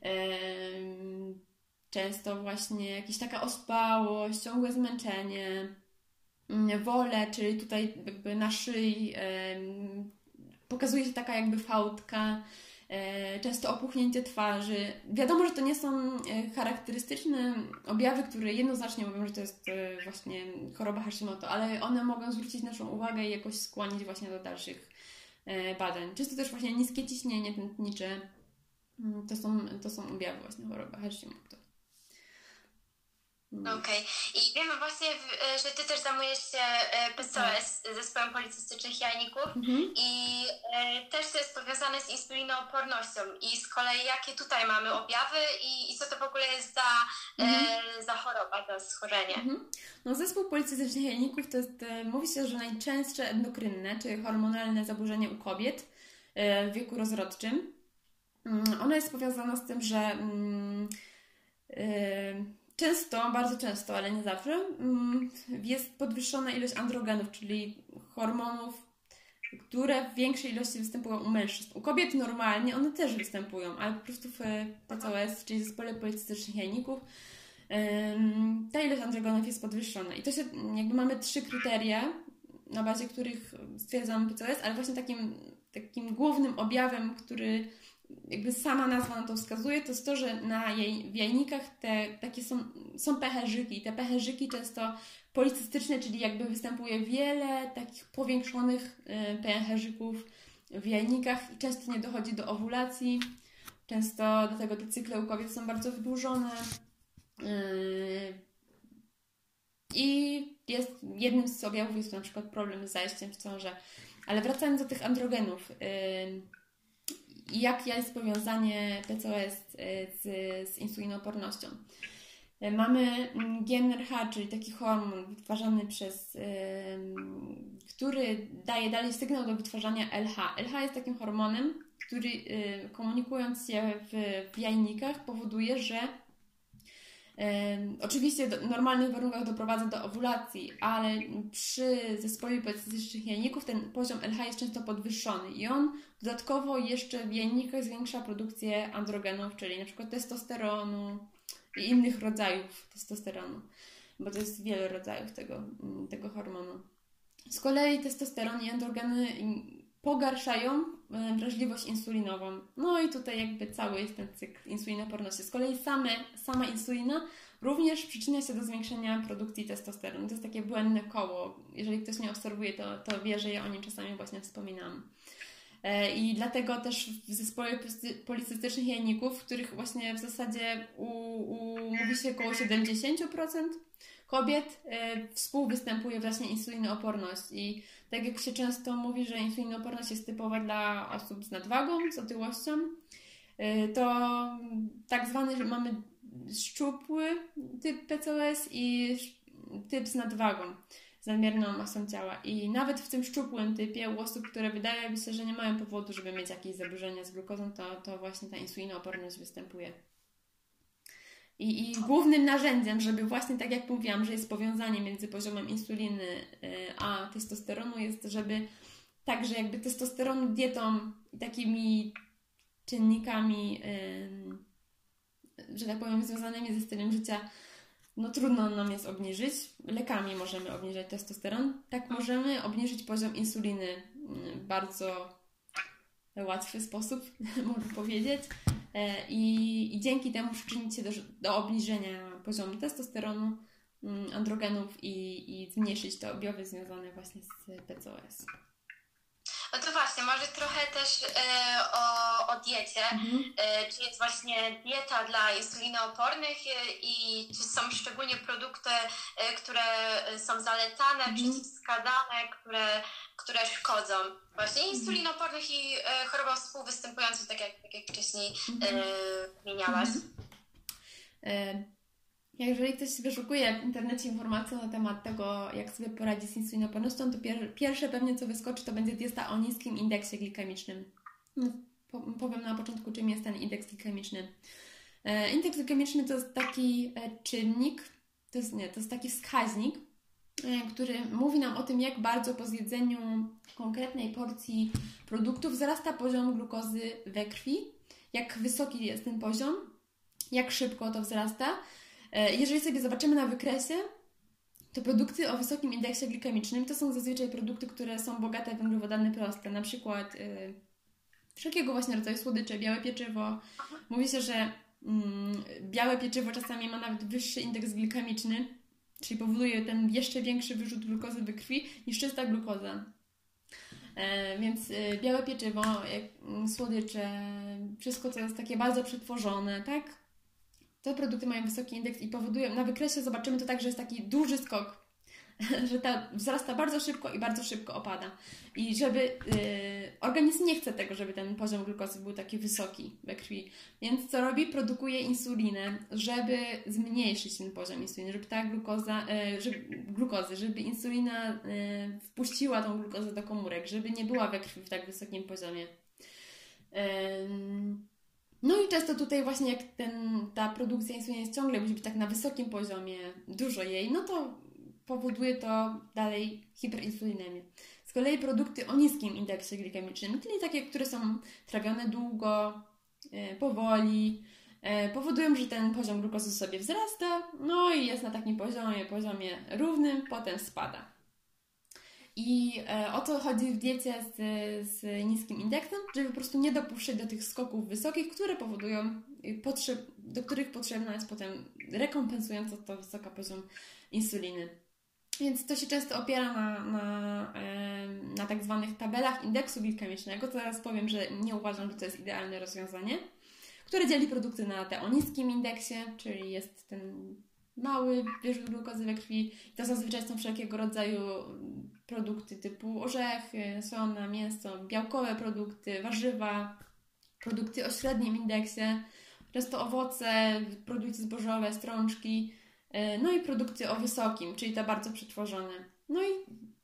często właśnie jakaś taka ospałość, ciągłe zmęczenie, wolę, czyli tutaj jakby na szyi pokazuje się taka jakby fałdka, często opuchnięcie twarzy. Wiadomo, że to nie są charakterystyczne objawy, które jednoznacznie mówią, że to jest właśnie choroba Hashimoto, ale one mogą zwrócić naszą uwagę i jakoś skłonić właśnie do dalszych badań. Często też właśnie niskie ciśnienie tętnicze to są objawy właśnie choroby Hashimoto. Okej. I wiemy właśnie, że Ty też zajmujesz się PCOS, zespołem policystycznych jajników i też to jest powiązane z insulinoopornością. I z kolei jakie tutaj mamy objawy i co to w ogóle jest za choroba, za schorzenie? No, zespół policystycznych jajników to jest, mówi się, że najczęstsze endokrynne, czyli hormonalne zaburzenie u kobiet w wieku rozrodczym. Ono jest powiązane z tym, że często, bardzo często, ale nie zawsze, jest podwyższona ilość androgenów, czyli hormonów, które w większej ilości występują u mężczyzn. U kobiet normalnie one też występują, ale po prostu w PCOS, czyli zespole policystycznych jajników, ta ilość androgenów jest podwyższona. I to się, jakby mamy 3 kryteria, na bazie których stwierdzamy PCOS, ale właśnie takim głównym objawem, który jakby sama nazwa na to wskazuje, to jest to, że w jajnikach takie są pęcherzyki. Te pęcherzyki często policystyczne, czyli jakby występuje wiele takich powiększonych pęcherzyków w jajnikach i często nie dochodzi do owulacji. Często do tego te cykle u kobiet są bardzo wydłużone. I jednym z objawów jest na przykład problem z zajściem w ciążę. Ale wracając do tych androgenów, jakie jest powiązanie PCOS z insulinoopornością? Mamy gen RH, czyli taki hormon wytwarzany który daje dalej sygnał do wytwarzania LH. LH jest takim hormonem, który komunikując się w jajnikach powoduje, że oczywiście w normalnych warunkach doprowadza do owulacji, ale przy zespole policystycznych jajników ten poziom LH jest często podwyższony i on dodatkowo jeszcze w jajnikach zwiększa produkcję androgenów, czyli na przykład testosteronu i innych rodzajów testosteronu, bo to jest wiele rodzajów tego hormonu. Z kolei testosteron i androgeny pogarszają wrażliwość insulinową. No i tutaj jakby cały jest ten cykl insulinoporności. Z kolei sama insulina również przyczynia się do zwiększenia produkcji testosteronu. To jest takie błędne koło. Jeżeli ktoś nie obserwuje, to wie, że ja o nim czasami właśnie wspominam. I dlatego też w zespole policystycznych jajników, w których właśnie w zasadzie mówi się około 70% kobiet współwystępuje właśnie insulinooporność. I tak jak się często mówi, że insulinooporność jest typowa dla osób z nadwagą, z otyłością, to tak zwany mamy szczupły typ PCOS i typ z nadwagą, z nadmierną masą ciała. I nawet w tym szczupłym typie u osób, które wydaje mi się, że nie mają powodu, żeby mieć jakieś zaburzenia z glukozą, to właśnie ta insulinooporność występuje. I głównym narzędziem, żeby właśnie tak jak mówiłam, że jest powiązanie między poziomem insuliny a testosteronu, jest, żeby także jakby testosteronu dietą i takimi czynnikami, że tak powiem, związanymi ze stylem życia, no trudno nam jest obniżyć. Lekami możemy obniżyć testosteron. Tak możemy obniżyć poziom insuliny w bardzo łatwy sposób, mogę powiedzieć. I dzięki temu przyczynić się do obniżenia poziomu testosteronu, androgenów i zmniejszyć te objawy związane właśnie z PCOS. No to właśnie, może trochę też o diecie. Czy jest właśnie dieta dla insulinoopornych i czy są szczególnie produkty, które są zalecane, przeciwwskazane, które szkodzą właśnie insulinoopornych i chorobom współwystępującym, tak jak wcześniej wymieniałaś. Jeżeli ktoś wyszukuje w internecie informacje na temat tego, jak sobie poradzić z insulinopornością, to pierwsze pewnie co wyskoczy, to będzie dieta o niskim indeksie glikemicznym. No, powiem na początku, czym jest ten indeks glikemiczny. Indeks glikemiczny to jest taki czynnik, to jest taki wskaźnik, który mówi nam o tym, jak bardzo po zjedzeniu konkretnej porcji produktów wzrasta poziom glukozy we krwi, jak wysoki jest ten poziom, jak szybko to wzrasta. Jeżeli sobie zobaczymy na wykresie, to produkty o wysokim indeksie glikemicznym to są zazwyczaj produkty, które są bogate w węglowodany proste, na przykład wszelkiego właśnie rodzaju słodycze, białe pieczywo. Mówi się, że białe pieczywo czasami ma nawet wyższy indeks glikemiczny, czyli powoduje ten jeszcze większy wyrzut glukozy we krwi niż czysta glukoza. Więc białe pieczywo, słodycze, wszystko co jest takie bardzo przetworzone, tak? Te produkty mają wysoki indeks i powodują, na wykresie zobaczymy to tak, że jest taki duży skok, że ta wzrasta bardzo szybko i bardzo szybko opada. I żeby organizm nie chce tego, żeby ten poziom glukozy był taki wysoki we krwi. Więc co robi? Produkuje insulinę, żeby zmniejszyć ten poziom insuliny, żeby ta żeby insulina wpuściła tą glukozę do komórek, żeby nie była we krwi w tak wysokim poziomie. No i często tutaj właśnie jak ta produkcja insuliny jest ciągle musi być tak na wysokim poziomie, dużo jej, no to powoduje to dalej hiperinsulinemię. Z kolei produkty o niskim indeksie glikemicznym, czyli takie, które są trawione długo, powoli, powodują, że ten poziom glukozy sobie wzrasta, no i jest na takim poziomie równym, potem spada. I o to chodzi w diecie z niskim indeksem, żeby po prostu nie dopuszczać do tych skoków wysokich, które powodują, do których potrzebna jest potem rekompensująca to wysoki poziom insuliny. Więc to się często opiera na tak zwanych tabelach indeksu glikemicznego. Teraz powiem, że nie uważam, że to jest idealne rozwiązanie, które dzieli produkty na te o niskim indeksie, czyli jest ten mały wyrzut glukozy we krwi. To zazwyczaj są wszelkiego rodzaju produkty typu orzechy, słona, mięso, białkowe produkty, warzywa, produkty o średnim indeksie, często owoce, produkty zbożowe, strączki, no i produkty o wysokim, czyli te bardzo przetworzone. No i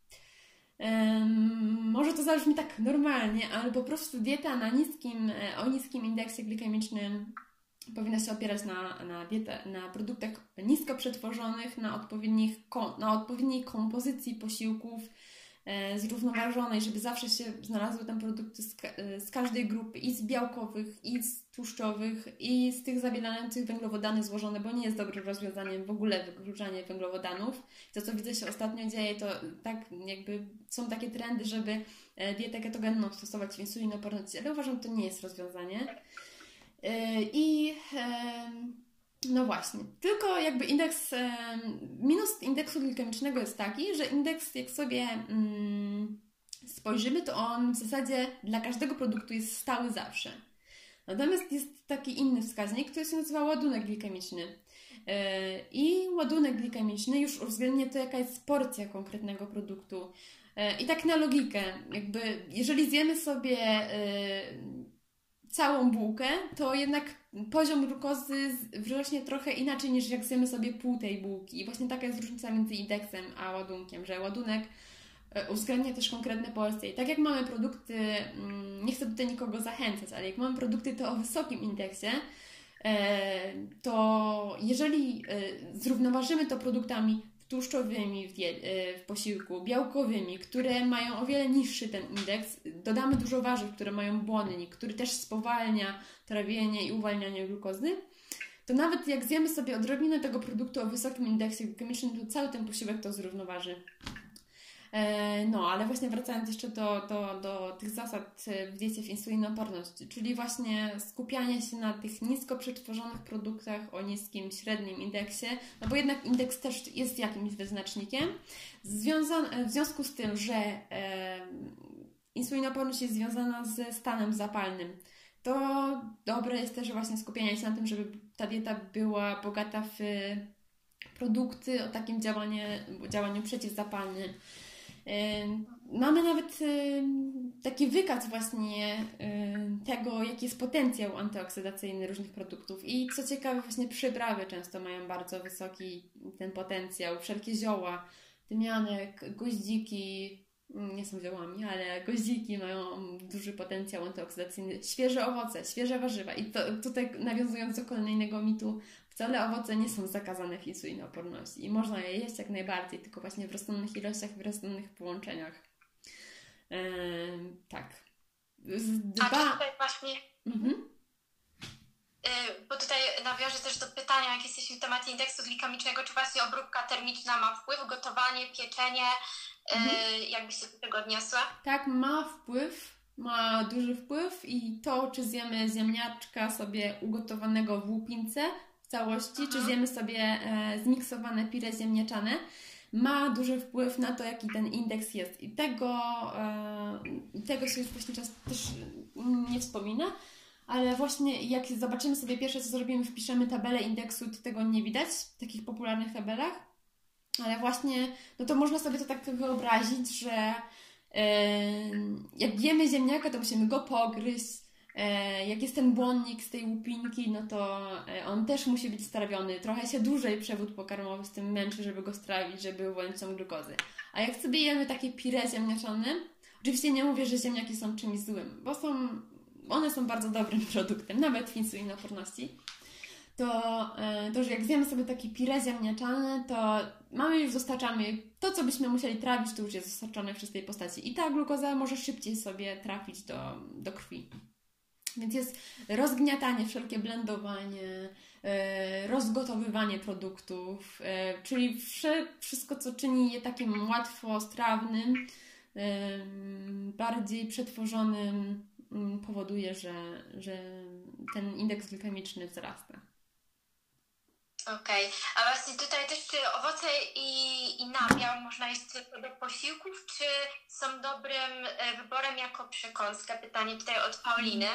może to zabrzmi tak normalnie, ale po prostu dieta o niskim indeksie glikemicznym powinna się opierać na produktach nisko przetworzonych, na odpowiedniej kompozycji posiłków, zrównoważonej, żeby zawsze się znalazły tam produkty z każdej grupy, i z białkowych, i z tłuszczowych, i z tych zawierających węglowodany złożone, bo nie jest dobrym rozwiązaniem w ogóle wykluczanie węglowodanów. To, co widzę się ostatnio dzieje, to tak jakby są takie trendy, żeby dietę ketogenną stosować w insulinoporności, ale uważam, że to nie jest rozwiązanie. No właśnie, tylko jakby minus indeksu glikemicznego jest taki, że indeks, jak sobie spojrzymy, to on w zasadzie dla każdego produktu jest stały zawsze. Natomiast jest taki inny wskaźnik, który się nazywa ładunek glikemiczny. I ładunek glikemiczny już uwzględnia to, jaka jest porcja konkretnego produktu. I tak na logikę, jakby jeżeli zjemy sobie całą bułkę, to jednak poziom glukozy wzrośnie trochę inaczej niż jak zjemy sobie pół tej bułki. I właśnie taka jest różnica między indeksem a ładunkiem, że ładunek uwzględnia też konkretne porcje. I tak jak mamy produkty, nie chcę tutaj nikogo zachęcać, ale jak mamy produkty to o wysokim indeksie, to jeżeli zrównoważymy to produktami tłuszczowymi w posiłku, białkowymi, które mają o wiele niższy ten indeks, dodamy dużo warzyw, które mają błonnik, który też spowalnia trawienie i uwalnianie glukozy, to nawet jak zjemy sobie odrobinę tego produktu o wysokim indeksie glikemicznym, to cały ten posiłek to zrównoważy. No, ale właśnie wracając jeszcze do tych zasad w diecie w insulinoporności, czyli właśnie skupianie się na tych nisko przetworzonych produktach o niskim, średnim indeksie, no bo jednak indeks też jest jakimś wyznacznikiem, w związku z tym, że insulinoporność jest związana ze stanem zapalnym. To dobre jest też właśnie skupianie się na tym, żeby ta dieta była bogata w produkty o takim działaniu przeciwzapalnym. Mamy nawet taki wykaz właśnie tego, jaki jest potencjał antyoksydacyjny różnych produktów. I co ciekawe, właśnie przyprawy często mają bardzo wysoki ten potencjał. Wszelkie zioła, tymianek, goździki, nie są ziołami, ale goździki mają duży potencjał antyoksydacyjny. Świeże owoce, świeże warzywa. I to, tutaj nawiązując do kolejnego mitu, wcale owoce nie są zakazane w insulinooporności i można je jeść jak najbardziej, tylko właśnie w rozsądnych ilościach, w rozsądnych połączeniach. Tak. A tutaj właśnie... Bo tutaj nawiążę też do pytania, jak jesteśmy w temacie indeksu glikemicznego, czy właśnie obróbka termiczna ma wpływ, gotowanie, pieczenie, jakbyś się do tego odniosła? Tak, ma wpływ, ma duży wpływ i to, czy zjemy ziemniaczka sobie ugotowanego w łupince w całości, czy zjemy sobie zmiksowane pire ziemniaczane, ma duży wpływ na to, jaki ten indeks jest. I tego się już właśnie czas też nie wspomina. Ale właśnie jak zobaczymy sobie pierwsze, co zrobimy, wpiszemy tabelę indeksu, to tego nie widać w takich popularnych tabelach. Ale właśnie, no to można sobie to tak wyobrazić, że jak jemy ziemniaka, to musimy go pogryźć. Jak jest ten błonnik z tej łupinki, no to on też musi być strawiony. Trochę się dłużej przewód pokarmowy z tym męczy, żeby go strawić, żeby uwolnić tą glukozy. A jak sobie jemy takie pire ziemniaczane, oczywiście nie mówię, że ziemniaki są czymś złym, bo one są bardzo dobrym produktem, nawet w insulinooporności. To, że jak zjemy sobie takie pire ziemniaczane, to dostarczamy to, co byśmy musieli trawić, to już jest dostarczone w czystej postaci. I ta glukoza może szybciej sobie trafić do krwi. Więc jest rozgniatanie, wszelkie blendowanie, rozgotowywanie produktów, czyli wszystko, co czyni je takim łatwostrawnym, bardziej przetworzonym, powoduje, że ten indeks glikemiczny wzrasta. Okej. A właśnie tutaj też, czy owoce i nabiał można jeść tylko do posiłków, czy są dobrym wyborem jako przekąska? Pytanie tutaj od Pauliny.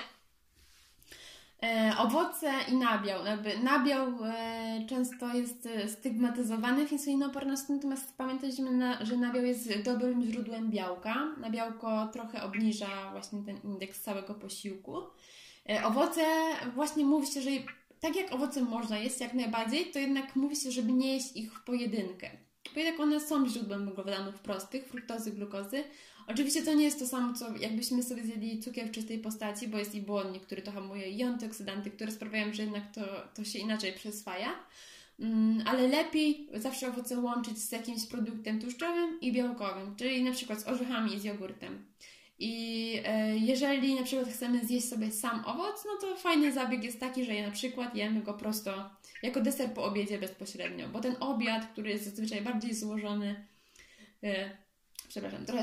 Owoce i nabiał. Nabiał często jest stygmatyzowany w insulinooporności, natomiast pamiętajmy, że nabiał jest dobrym źródłem białka. Nabiałko trochę obniża właśnie ten indeks całego posiłku. Owoce, właśnie mówi się, że tak jak owoce można jeść jak najbardziej, to jednak mówi się, żeby nie jeść ich w pojedynkę. Bo jednak one są źródłem węglowodanów prostych, fruktozy, glukozy. Oczywiście to nie jest to samo, co jakbyśmy sobie zjedli cukier w czystej postaci, bo jest i błonnik, który to hamuje, i antyoksydanty, które sprawiają, że jednak to się inaczej przyswaja. Ale lepiej zawsze owoce łączyć z jakimś produktem tłuszczowym i białkowym, czyli na przykład z orzechami i z jogurtem. I jeżeli na przykład chcemy zjeść sobie sam owoc, no to fajny zabieg jest taki, że na przykład jemy go prosto jako deser po obiedzie bezpośrednio, bo ten obiad, który jest zazwyczaj bardziej złożony, trochę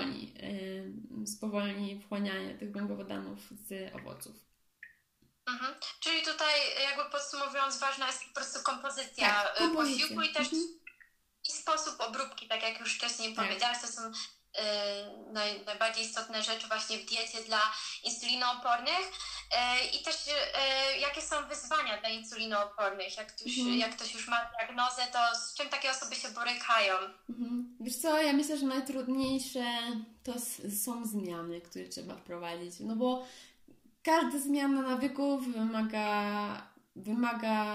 spowolni wchłanianie tych węglowodanów z owoców. Czyli tutaj jakby podsumowując, ważna jest po prostu kompozycja posiłku i też i sposób obróbki, tak jak już wcześniej powiedziałaś, to są najbardziej istotne rzeczy właśnie w diecie dla insulinoopornych i też jakie są wyzwania dla insulinoopornych, jak ktoś już ma diagnozę, to z czym takie osoby się borykają? Wiesz co, ja myślę, że najtrudniejsze to są zmiany, które trzeba wprowadzić, no bo każda zmiana nawyków wymaga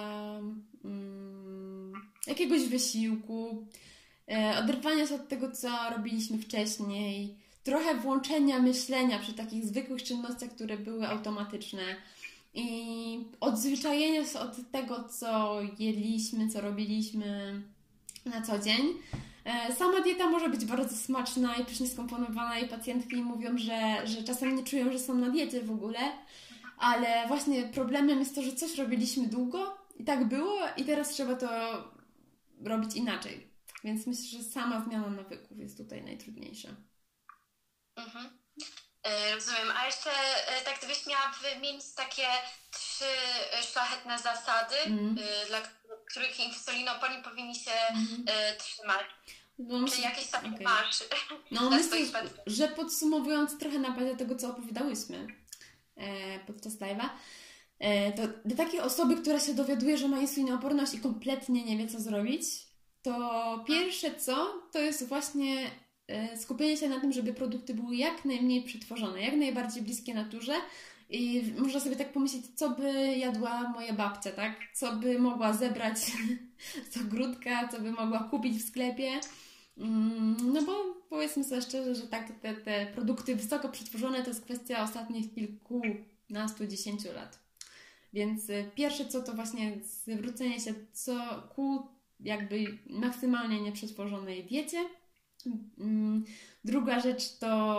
jakiegoś wysiłku, oderwania się od tego, co robiliśmy wcześniej, trochę włączenia myślenia przy takich zwykłych czynnościach, które były automatyczne i odzwyczajenia się od tego, co jedliśmy, co robiliśmy na co dzień. Sama dieta może być bardzo smaczna i pysznie skomponowana i pacjentki mówią, że czasem nie czują, że są na diecie w ogóle, ale właśnie problemem jest to, że coś robiliśmy długo i tak było i teraz trzeba to robić inaczej. Więc myślę, że sama zmiana nawyków jest tutaj najtrudniejsza. Rozumiem. A jeszcze tak gdybyś miała wymienić takie 3 szlachetne zasady, dla których insulinooporni powinni się trzymać. No, Czy jakieś tam okej. masz No dla myślę, swoich pacientów? że podsumowując trochę na bazie tego, co opowiadałyśmy podczas live'a, to dla takiej osoby, która się dowiaduje, że ma insulinooporność i kompletnie nie wie, co zrobić, to pierwsze co, to jest właśnie skupienie się na tym, żeby produkty były jak najmniej przetworzone, jak najbardziej bliskie naturze. I można sobie tak pomyśleć, co by jadła moja babcia, tak? Co by mogła zebrać z ogródka, co by mogła kupić w sklepie. No bo powiedzmy sobie szczerze, że tak, te produkty wysoko przetworzone to jest kwestia ostatnich kilkunastu, 10 lat. Więc pierwsze co to właśnie zwrócenie się ku jakby maksymalnie nieprzetworzonej diecie. Druga rzecz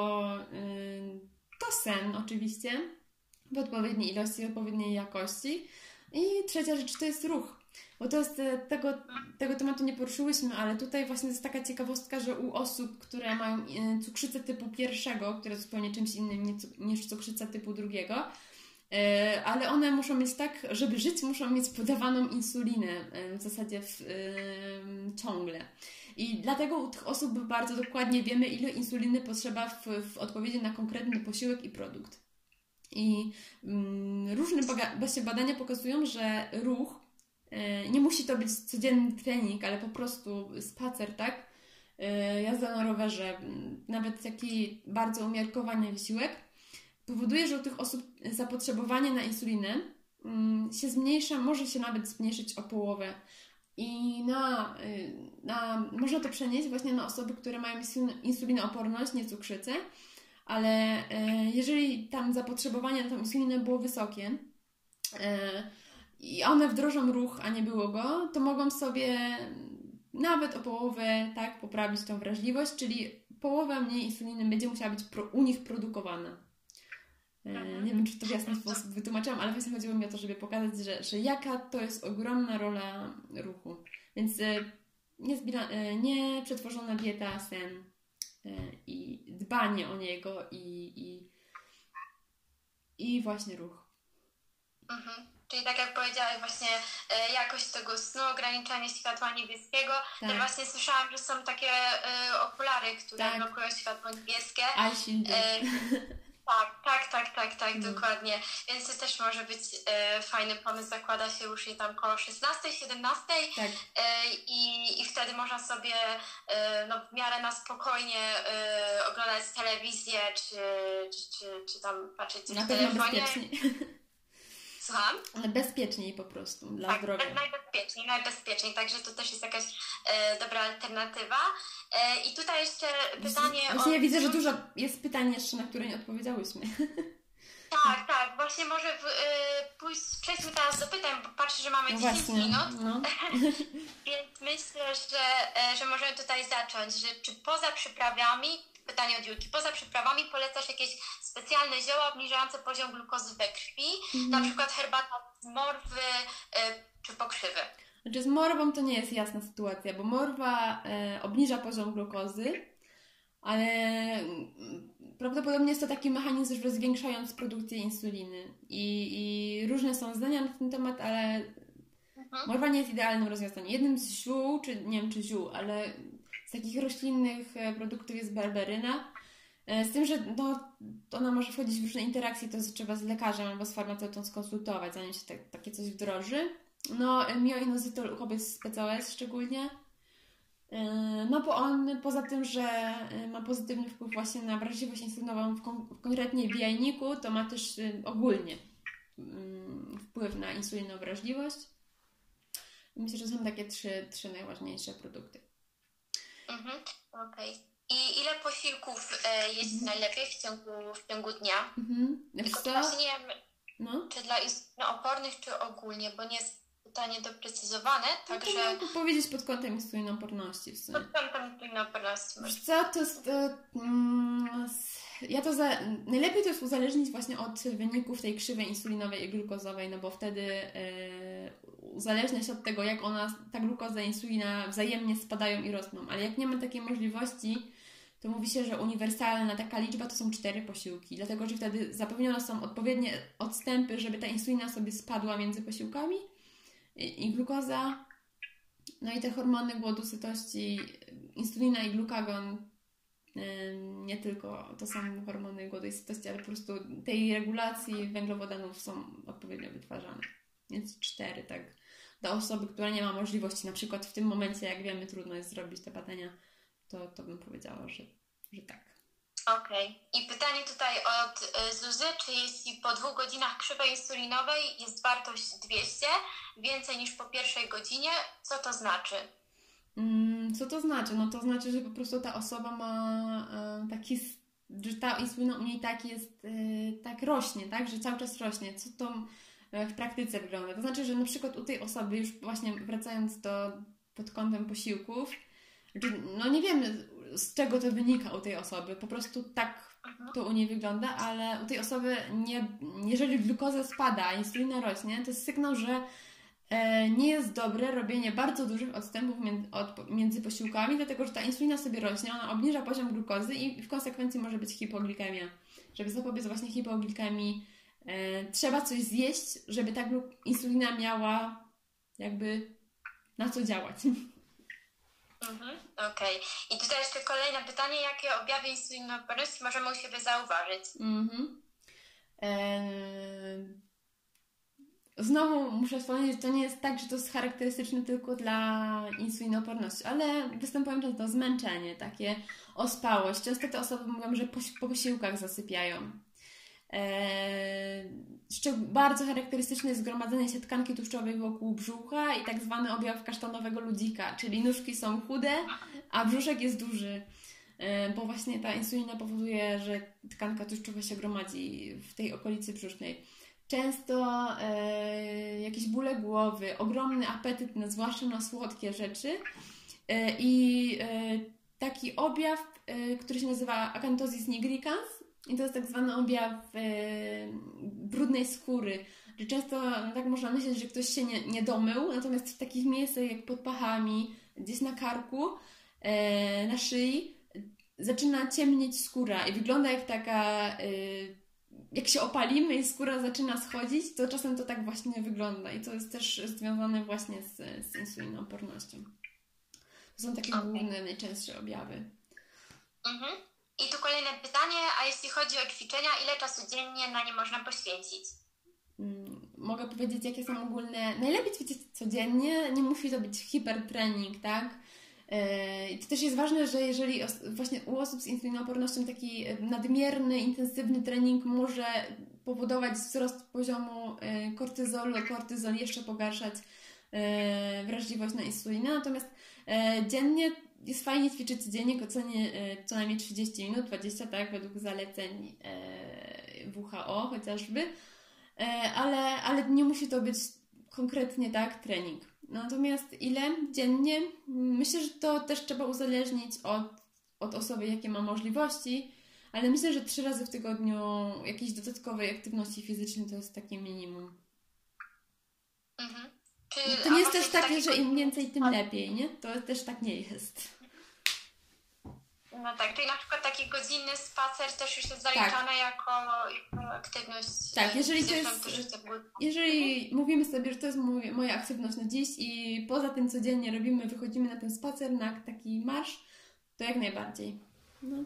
to sen oczywiście w odpowiedniej ilości i odpowiedniej jakości. I trzecia rzecz to jest ruch. Bo to jest tego tematu nie poruszyłyśmy, ale tutaj właśnie jest taka ciekawostka, że u osób, które mają cukrzycę typu pierwszego, która jest zupełnie czymś innym niż cukrzyca typu drugiego, ale one muszą mieć tak, żeby żyć, muszą mieć podawaną insulinę w zasadzie ciągle. I dlatego u tych osób bardzo dokładnie wiemy, ile insuliny potrzeba w odpowiedzi na konkretny posiłek i produkt. I różne właśnie badania pokazują, że ruch, nie musi to być codzienny trening, ale po prostu spacer, tak? Jazda na rowerze, nawet taki bardzo umiarkowany wysiłek, powoduje, że u tych osób zapotrzebowanie na insulinę się zmniejsza, może się nawet zmniejszyć o połowę. I można to przenieść właśnie na osoby, które mają insulinooporność, nie cukrzycę, ale jeżeli tam zapotrzebowanie na tą insulinę było wysokie i one wdrożą ruch, a nie było go, to mogą sobie nawet o połowę tak poprawić tą wrażliwość, czyli połowa mniej insuliny będzie musiała być u nich produkowana. Nie wiem, czy to w jasny sposób wytłumaczyłam, ale właśnie chodziło mi o to, żeby pokazać, że jaka to jest ogromna rola ruchu. Więc nieprzetworzona dieta, sen i dbanie o niego i właśnie ruch. Czyli tak jak powiedziałaś, właśnie jakość tego snu, ograniczanie światła niebieskiego. Tak. Też właśnie słyszałam, że są takie okulary, które blokują światło niebieskie. Tak, dokładnie. Więc to też może być fajny pomysł. Zakłada się już je tam koło 16, 17 Tak. I wtedy można sobie w miarę na spokojnie oglądać telewizję, czy tam patrzeć w telefonie. Słucham? Ale bezpieczniej po prostu dla zdrowia. Najbezpieczniej, także to też jest jakaś dobra alternatywa. I tutaj jeszcze pytanie Właśnie ja widzę, że dużo jest pytań jeszcze, na które nie odpowiedziałyśmy. Tak, właśnie może przejdźmy teraz do pytań, bo patrzę, że mamy 10 minut. No. Więc myślę, że możemy tutaj zacząć, że czy poza przyprawami, pytanie od Julki, poza przyprawami polecasz jakieś specjalne zioła obniżające poziom glukozy we krwi, na przykład herbata z morwy czy pokrzywy? Znaczy z morwą to nie jest jasna sytuacja, bo morwa obniża poziom glukozy, ale prawdopodobnie jest to taki mechanizm, że zwiększając produkcję insuliny. I różne są zdania na ten temat, ale morwa nie jest idealnym rozwiązaniem. Jednym z ziół, czy ziół, ale z takich roślinnych produktów jest berberyna. Z tym, że ona może wchodzić w różne interakcje, to trzeba z lekarzem albo z farmaceutą skonsultować, zanim się takie coś wdroży. Mioinositol u kobiet z PCOS szczególnie. Bo on poza tym, że ma pozytywny wpływ właśnie na wrażliwość insulinową konkretnie w jajniku, to ma też ogólnie wpływ na insulinowrażliwość. Myślę, że są takie trzy najważniejsze produkty. Okej. I ile posiłków jeść najlepiej w ciągu dnia? Tylko to właśnie nie wiem, czy dla insulinoopornych, czy ogólnie, bo nie jest pytanie doprecyzowane, także... To mogę powiedzieć pod kątem insulinooporności w sumie. Pod kątem insulinooporności. Wiesz co, to jest... Najlepiej to jest uzależnić właśnie od wyników tej krzywej insulinowej i glukozowej, no bo wtedy uzależnia się od tego, jak ta glukoza i insulina wzajemnie spadają i rosną. Ale jak nie ma takiej możliwości, to mówi się, że uniwersalna taka liczba to są 4 posiłki, dlatego że wtedy zapewnione są odpowiednie odstępy, żeby ta insulina sobie spadła między posiłkami i glukoza. No i te hormony głodu, sytości, insulina i glukagon, nie tylko to są hormony głodu i sytości, ale po prostu tej regulacji węglowodanów są odpowiednio wytwarzane. Więc 4, tak. Dla osoby, która nie ma możliwości, na przykład w tym momencie, jak wiemy, trudno jest zrobić te badania, to bym powiedziała, że tak. Okej. I pytanie tutaj od Zuzy, czy jeśli po 2 godzinach krzywej insulinowej jest wartość 200, więcej niż po pierwszej godzinie, co to znaczy? Co to znaczy? No to znaczy, że po prostu ta osoba ma taki, że ta insulina u niej tak jest, tak rośnie, tak? Że cały czas rośnie. Co to w praktyce wygląda? To znaczy, że na przykład u tej osoby, już właśnie wracając pod kątem posiłków, no nie wiemy, z czego to wynika u tej osoby, po prostu tak to u niej wygląda, ale u tej osoby jeżeli glukoza spada, a insulina rośnie, to jest sygnał, że nie jest dobre robienie bardzo dużych odstępów między posiłkami, dlatego że ta insulina sobie rośnie, ona obniża poziom glukozy i w konsekwencji może być hipoglikemia. Żeby zapobiec właśnie hipoglikemii, trzeba coś zjeść, żeby ta insulina miała jakby na co działać. Okej. I tutaj jeszcze kolejne pytanie, jakie objawy insulinooporności możemy u siebie zauważyć? Znowu muszę wspomnieć, że to nie jest tak, że to jest charakterystyczne tylko dla insulinooporności, ale występują często zmęczenie, takie ospałość. Często te osoby mówią, że po posiłkach zasypiają. Bardzo charakterystyczne jest zgromadzenie się tkanki tłuszczowej wokół brzucha i tak zwany objaw kasztanowego ludzika, czyli nóżki są chude, a brzuszek jest duży, bo właśnie ta insulina powoduje, że tkanka tłuszczowa się gromadzi w tej okolicy brzusznej. Często jakieś bóle głowy, ogromny apetyt, zwłaszcza na słodkie rzeczy i taki objaw, który się nazywa acanthosis nigricans i to jest tak zwany objaw brudnej skóry. Że często tak można myśleć, że ktoś się nie domył, natomiast w takich miejscach jak pod pachami, gdzieś na karku, na szyi zaczyna ciemnieć skóra i wygląda jak taka... Jak się opalimy i skóra zaczyna schodzić, to czasem to tak właśnie wygląda i to jest też związane właśnie z insulinoopornością. To są takie główne, najczęstsze objawy. I tu kolejne pytanie, a jeśli chodzi o ćwiczenia, ile czasu dziennie na nie można poświęcić? Mogę powiedzieć, jakie są ogólne... Najlepiej ćwiczyć codziennie, nie musi to być hipertrening, tak? I to też jest ważne, że jeżeli właśnie u osób z insulinoopornością taki nadmierny, intensywny trening może powodować wzrost poziomu kortyzolu, a kortyzol jeszcze pogarszać wrażliwość na insulinę. Natomiast dziennie jest fajnie ćwiczyć dziennie, co najmniej 30 minut, 20, tak, według zaleceń WHO chociażby, ale nie musi to być konkretnie tak trening. Natomiast ile dziennie? Myślę, że to też trzeba uzależnić od osoby, jakie ma możliwości, ale myślę, że 3 razy w tygodniu jakiejś dodatkowej aktywności fizycznej to jest takie minimum. To nie jest też takie, że im więcej, tym lepiej, nie? To też tak nie jest. No tak, czyli na przykład taki godzinny spacer też już jest zaliczane jako aktywność. Tak, jeżeli mówimy sobie, że to jest moja aktywność na dziś i poza tym codziennie wychodzimy na ten spacer, na taki marsz, to jak najbardziej. No.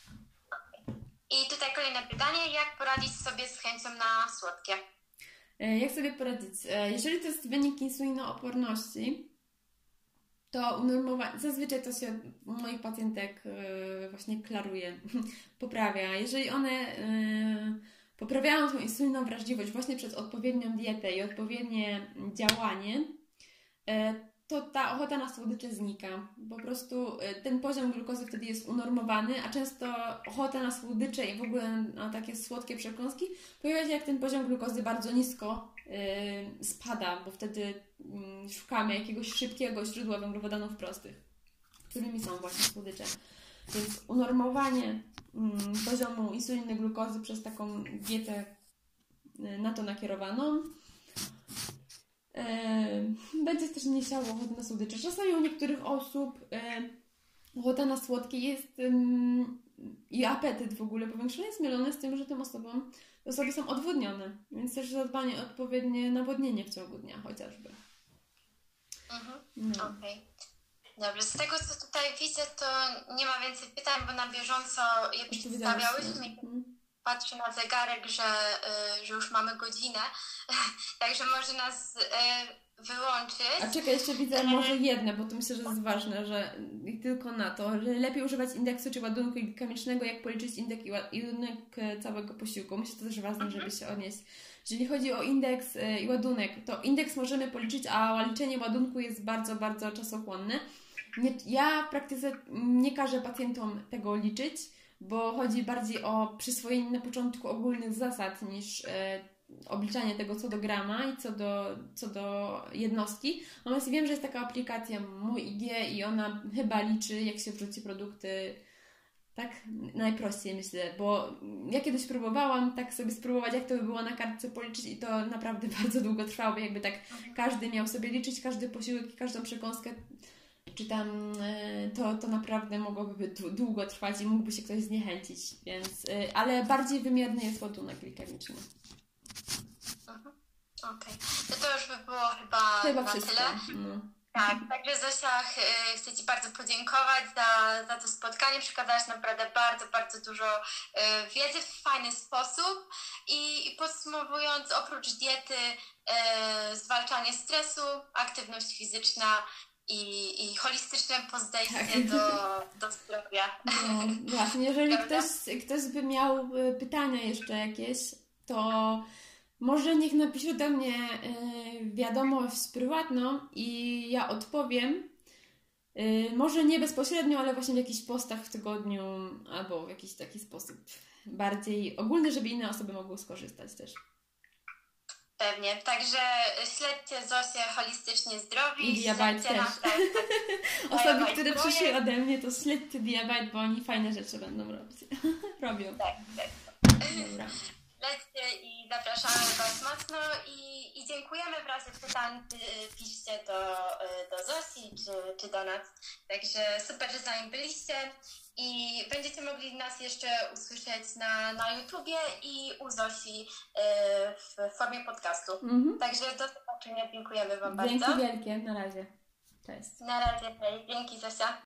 I tutaj kolejne pytanie, jak poradzić sobie z chęcią na słodkie? Jak sobie poradzić? Jeżeli to jest wynik insulinooporności, to unormowanie, zazwyczaj to się u moich pacjentek właśnie klaruje, poprawia. Jeżeli one poprawiają tą insulinowrażliwość właśnie przez odpowiednią dietę i odpowiednie działanie, to ta ochota na słodycze znika. Po prostu ten poziom glukozy wtedy jest unormowany, a często ochota na słodycze i w ogóle na takie słodkie przekąski pojawia się, jak ten poziom glukozy bardzo nisko spada, bo wtedy szukamy jakiegoś szybkiego źródła węglowodanów prostych, którymi są właśnie słodycze. Więc unormowanie poziomu insuliny, glukozy przez taką dietę na to nakierowaną będzie też mniejszało ochotę na słodycze. Czasami u niektórych osób ochota na słodkie jest i apetyt w ogóle powiększony jest mylony z tym, że tym osoby są odwodnione, więc też zadbanie o odpowiednie nawodnienie w ciągu dnia chociażby. No. Okej. Dobrze, z tego co tutaj widzę, to nie ma więcej pytań, bo na bieżąco je przedstawiałyśmy. Patrzę na zegarek, że już mamy godzinę, także może nas wyłączyć. A czekaj, jeszcze widzę może jedno, bo to myślę, że jest ważne, że tylko na to, że lepiej używać indeksu czy ładunku glikemicznego, jak policzyć indeks i ładunek całego posiłku. Myślę, że to też ważne, żeby się odnieść. Jeżeli chodzi o indeks i ładunek, to indeks możemy policzyć, a liczenie ładunku jest bardzo, bardzo czasochłonne. Ja w praktyce nie każę pacjentom tego liczyć, bo chodzi bardziej o przyswojenie na początku ogólnych zasad niż obliczanie tego co do grama i co do jednostki. Natomiast wiem, że jest taka aplikacja Mój IG i ona chyba liczy, jak się wrzuci produkty, tak najprościej myślę, bo ja kiedyś próbowałam tak sobie spróbować, jak to by było na kartce policzyć i to naprawdę bardzo długo trwało, bo jakby tak każdy miał sobie liczyć, każdy posiłek i każdą przekąskę, czy tam to naprawdę mogłoby długo trwać i mógłby się ktoś zniechęcić, więc, ale bardziej wymierny jest ładunek glikemiczny. Okej. No to już by było chyba na wszystko. tyle. No. Tak, także Zosia, chcę Ci bardzo podziękować za to spotkanie. Przekazałaś naprawdę bardzo, bardzo dużo wiedzy w fajny sposób i podsumowując, oprócz diety, zwalczanie stresu, aktywność fizyczna i holistyczne podejście do zdrowia. No, właśnie, jeżeli ktoś by miał pytania jeszcze jakieś, to może niech napisze do mnie wiadomość prywatną i ja odpowiem. Może nie bezpośrednio, ale właśnie w jakichś postach w tygodniu albo w jakiś taki sposób bardziej ogólny, żeby inne osoby mogły skorzystać też. Pewnie. Także śledźcie Zosię Holistycznie Zdrowi. I Diabite też. Osoby, które przyszły ode mnie, to śledźcie Diabite, bo oni fajne rzeczy będą robić. Robią. Tak. Dobra. Śledźcie i zapraszamy Was mocno i dziękujemy. W razie pytań piszcie do Zosi czy do nas. Także super, że z nami byliście i będziecie mogli nas jeszcze usłyszeć na YouTubie i u Zosi w formie podcastu. Także do zobaczenia. Dziękujemy Wam bardzo. Dzięki wielkie. Na razie. Cześć. Na razie. Dzięki Zosia.